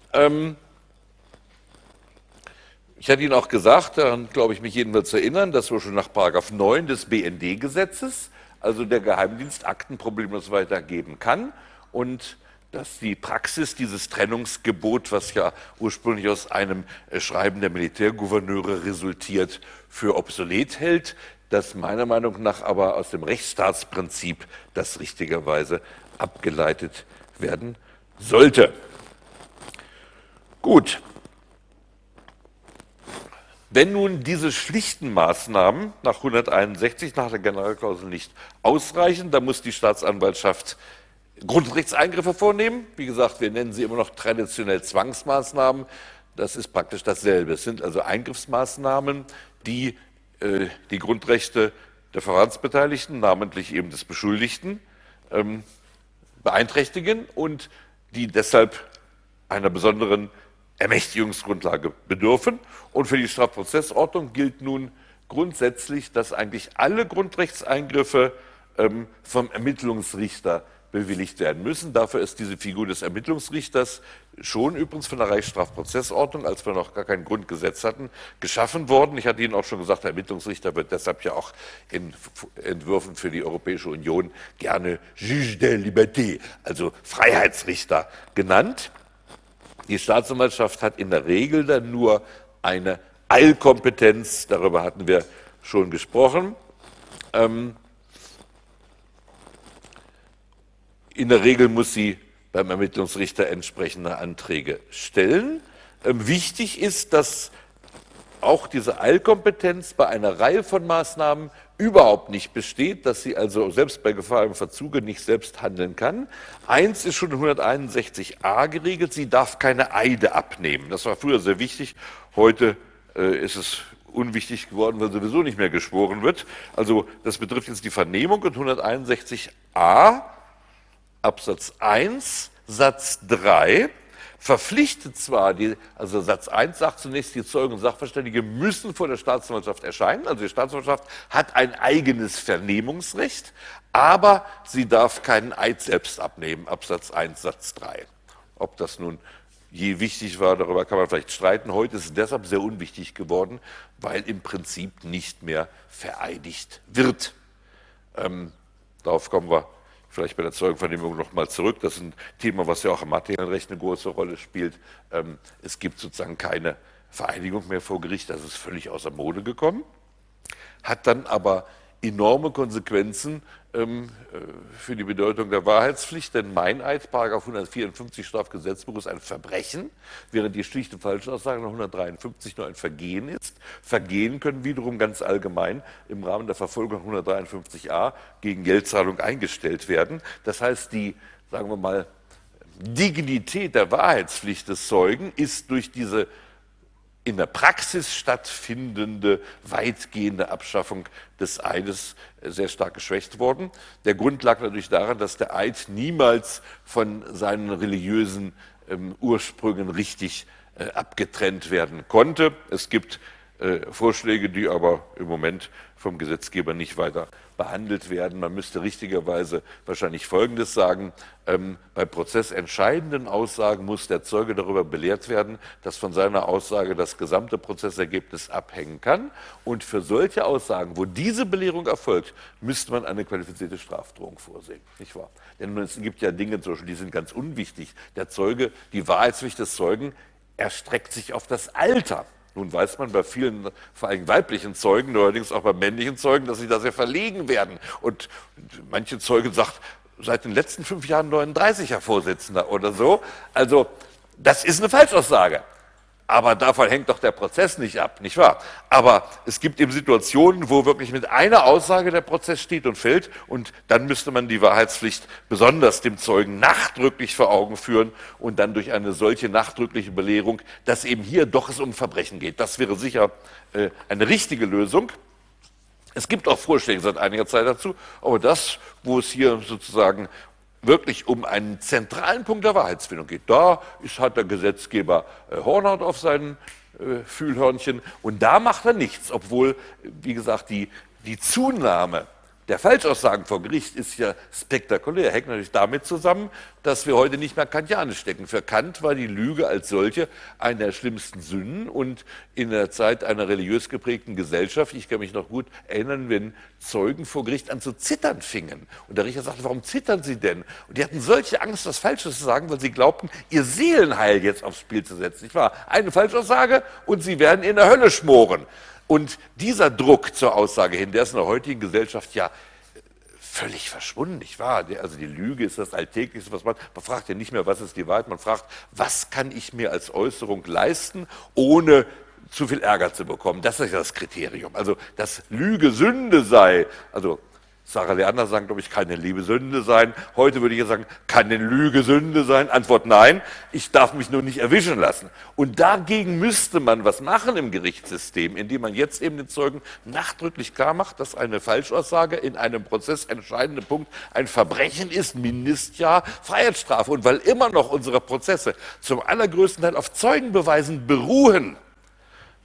Ich hatte Ihnen auch gesagt, daran glaube ich mich jedenfalls erinnern, dass wir schon nach § 9 des BND-Gesetzes, also der Geheimdienst, Akten problemlos weitergeben kann und dass die Praxis dieses Trennungsgebot, was ja ursprünglich aus einem Schreiben der Militärgouverneure resultiert, für obsolet hält, das meiner Meinung nach aber aus dem Rechtsstaatsprinzip, das richtigerweise abgeleitet werden sollte. Gut. Wenn nun diese schlichten Maßnahmen nach 161 nach der Generalklausel nicht ausreichen, dann muss die Staatsanwaltschaft Grundrechtseingriffe vornehmen. Wie gesagt, wir nennen sie immer noch traditionell Zwangsmaßnahmen. Das ist praktisch dasselbe. Es sind also Eingriffsmaßnahmen, die die Grundrechte der Verfahrensbeteiligten, namentlich eben des Beschuldigten, beeinträchtigen und die deshalb einer besonderen Ermächtigungsgrundlage bedürfen. Und für die Strafprozessordnung gilt nun grundsätzlich, dass eigentlich alle Grundrechtseingriffe vom Ermittlungsrichter bewilligt werden müssen. Dafür ist diese Figur des Ermittlungsrichters schon übrigens von der Reichsstrafprozessordnung, als wir noch gar kein Grundgesetz hatten, geschaffen worden. Ich hatte Ihnen auch schon gesagt, der Ermittlungsrichter wird deshalb ja auch in Entwürfen für die Europäische Union gerne Juge de Liberté, also Freiheitsrichter genannt. Die Staatsanwaltschaft hat in der Regel dann nur eine Eilkompetenz, darüber hatten wir schon gesprochen. In der Regel muss sie beim Ermittlungsrichter entsprechende Anträge stellen. Wichtig ist, dass auch diese Eilkompetenz bei einer Reihe von Maßnahmen überhaupt nicht besteht, dass sie also selbst bei Gefahr im Verzuge nicht selbst handeln kann. Eins ist schon in 161a geregelt, sie darf keine Eide abnehmen. Das war früher sehr wichtig, heute ist es unwichtig geworden, weil sowieso nicht mehr geschworen wird. Also das betrifft jetzt die Vernehmung und 161a Absatz 1 Satz 3 verpflichtet zwar, also Satz 1 sagt zunächst, die Zeugen und Sachverständige müssen vor der Staatsanwaltschaft erscheinen, also die Staatsanwaltschaft hat ein eigenes Vernehmungsrecht, aber sie darf keinen Eid selbst abnehmen, Absatz 1 Satz 3. Ob das nun je wichtig war, darüber kann man vielleicht streiten. Heute ist es deshalb sehr unwichtig geworden, weil im Prinzip nicht mehr vereidigt wird. Darauf kommen wir vielleicht bei der Zeugenvernehmung noch mal zurück. Das ist ein Thema, was ja auch im materiellen Recht eine große Rolle spielt. Es gibt sozusagen keine Vereinigung mehr vor Gericht. Das ist völlig außer Mode gekommen. Hat dann aber enorme Konsequenzen für die Bedeutung der Wahrheitspflicht, denn Meineid, § 154 Strafgesetzbuch, ist ein Verbrechen, während die schlichte Falschaussage nach 153 nur ein Vergehen ist. Vergehen können wiederum ganz allgemein im Rahmen der Verfolgung 153a gegen Geldzahlung eingestellt werden. Das heißt, die, sagen wir mal, Dignität der Wahrheitspflicht des Zeugen ist durch diese in der Praxis stattfindende, weitgehende Abschaffung des Eides sehr stark geschwächt worden. Der Grund lag natürlich daran, dass der Eid niemals von seinen religiösen Ursprüngen richtig abgetrennt werden konnte. Es gibt Vorschläge, die aber im Moment vom Gesetzgeber nicht weiter behandelt werden. Man müsste richtigerweise wahrscheinlich Folgendes sagen: Bei prozessentscheidenden Aussagen muss der Zeuge darüber belehrt werden, dass von seiner Aussage das gesamte Prozessergebnis abhängen kann. Und für solche Aussagen, wo diese Belehrung erfolgt, müsste man eine qualifizierte Strafdrohung vorsehen, nicht wahr? Denn es gibt ja Dinge, zum Beispiel, die sind ganz unwichtig. Der Zeuge, die Wahrheitspflicht des Zeugen erstreckt sich auf das Alter. Nun weiß man bei vielen, vor allem weiblichen Zeugen, allerdings auch bei männlichen Zeugen, dass sie da sehr verlegen werden. Und manche Zeugen sagt, seit den letzten 5 Jahren 39er Vorsitzender oder so. Also das ist eine Falschaussage. Aber davon hängt doch der Prozess nicht ab, nicht wahr? Aber es gibt eben Situationen, wo wirklich mit einer Aussage der Prozess steht und fällt, und dann müsste man die Wahrheitspflicht besonders dem Zeugen nachdrücklich vor Augen führen und dann durch eine solche nachdrückliche Belehrung, dass eben hier doch es um Verbrechen geht. Das wäre sicher eine richtige Lösung. Es gibt auch Vorschläge seit einiger Zeit dazu, aber das, wo es hier sozusagen wirklich um einen zentralen Punkt der Wahrheitsfindung geht. Da hat der Gesetzgeber Hornhaut auf seinen Fühlhörnchen und da macht er nichts, obwohl, wie gesagt, die Zunahme der Falschaussagen vor Gericht ist ja spektakulär. Hängt natürlich damit zusammen, dass wir heute nicht mehr kantianisch denken. Für Kant war die Lüge als solche eine der schlimmsten Sünden und in der Zeit einer religiös geprägten Gesellschaft, ich kann mich noch gut erinnern, wenn Zeugen vor Gericht an zu zittern fingen. Und der Richter sagte, warum zittern sie denn? Und die hatten solche Angst, was Falsches zu sagen, weil sie glaubten, ihr Seelenheil jetzt aufs Spiel zu setzen. Nicht wahr? Eine Falschaussage und sie werden in der Hölle schmoren. Und dieser Druck zur Aussage hin, der ist in der heutigen Gesellschaft ja völlig verschwunden, nicht wahr? Also die Lüge ist das Alltäglichste, was man fragt ja nicht mehr, was ist die Wahrheit, man fragt, was kann ich mir als Äußerung leisten, ohne zu viel Ärger zu bekommen. Das ist ja das Kriterium. Also, dass Lüge Sünde sei, also Sarah Leander sagt, glaube ich, kann eine Liebe Sünde sein. Heute würde ich sagen, kann eine Lüge Sünde sein? Antwort nein, ich darf mich nur nicht erwischen lassen. Und dagegen müsste man was machen im Gerichtssystem, indem man jetzt eben den Zeugen nachdrücklich klar macht, dass eine Falschaussage in einem Prozess entscheidende Punkt ein Verbrechen ist, Mindestjahr Freiheitsstrafe. Und weil immer noch unsere Prozesse zum allergrößten Teil auf Zeugenbeweisen beruhen,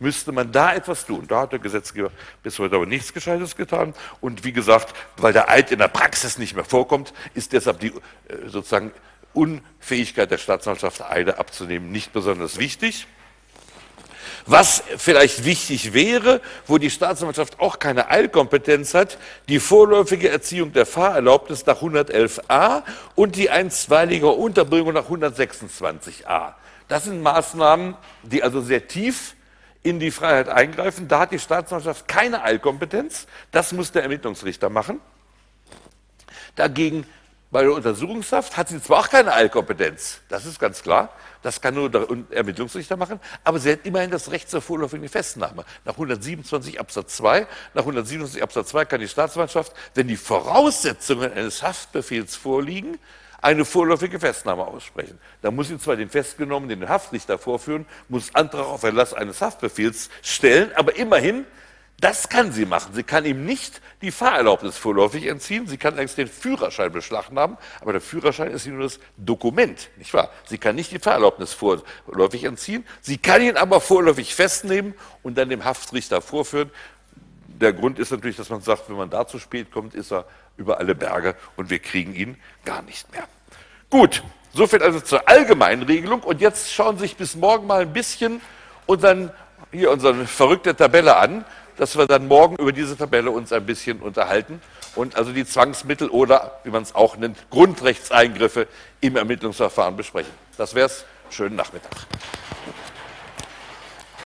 müsste man da etwas tun. Da hat der Gesetzgeber bis heute aber nichts Gescheites getan. Und wie gesagt, weil der Eid in der Praxis nicht mehr vorkommt, ist deshalb die sozusagen Unfähigkeit der Staatsanwaltschaft, Eide abzunehmen, nicht besonders wichtig. Was vielleicht wichtig wäre, wo die Staatsanwaltschaft auch keine Eilkompetenz hat, die vorläufige Erziehung der Fahrerlaubnis nach 111a und die einstweilige Unterbringung nach 126a. Das sind Maßnahmen, die also sehr tief in die Freiheit eingreifen. Da hat die Staatsanwaltschaft keine Eilkompetenz. Das muss der Ermittlungsrichter machen. Dagegen bei der Untersuchungshaft hat sie zwar auch keine Eilkompetenz, das ist ganz klar, das kann nur der Ermittlungsrichter machen, aber sie hat immerhin das Recht zur vorläufigen Festnahme. Nach 127 Absatz 2, nach 127 Absatz 2 kann die Staatsanwaltschaft, wenn die Voraussetzungen eines Haftbefehls vorliegen, eine vorläufige Festnahme aussprechen. Da muss sie zwar den Festgenommenen den Haftrichter vorführen, muss Antrag auf Erlass eines Haftbefehls stellen, aber immerhin, das kann sie machen. Sie kann ihm nicht die Fahrerlaubnis vorläufig entziehen. Sie kann allerdings den Führerschein beschlagnahmen, aber der Führerschein ist nur das Dokument, nicht wahr? Sie kann nicht die Fahrerlaubnis vorläufig entziehen. Sie kann ihn aber vorläufig festnehmen und dann dem Haftrichter vorführen. Der Grund ist natürlich, dass man sagt, wenn man da zu spät kommt, ist er über alle Berge und wir kriegen ihn gar nicht mehr. Gut, soviel also zur allgemeinen Regelung. Und jetzt schauen Sie sich bis morgen mal ein bisschen unsere verrückte Tabelle an, dass wir dann morgen über diese Tabelle uns ein bisschen unterhalten und also die Zwangsmittel oder, wie man es auch nennt, Grundrechtseingriffe im Ermittlungsverfahren besprechen. Das wär's. Schönen Nachmittag.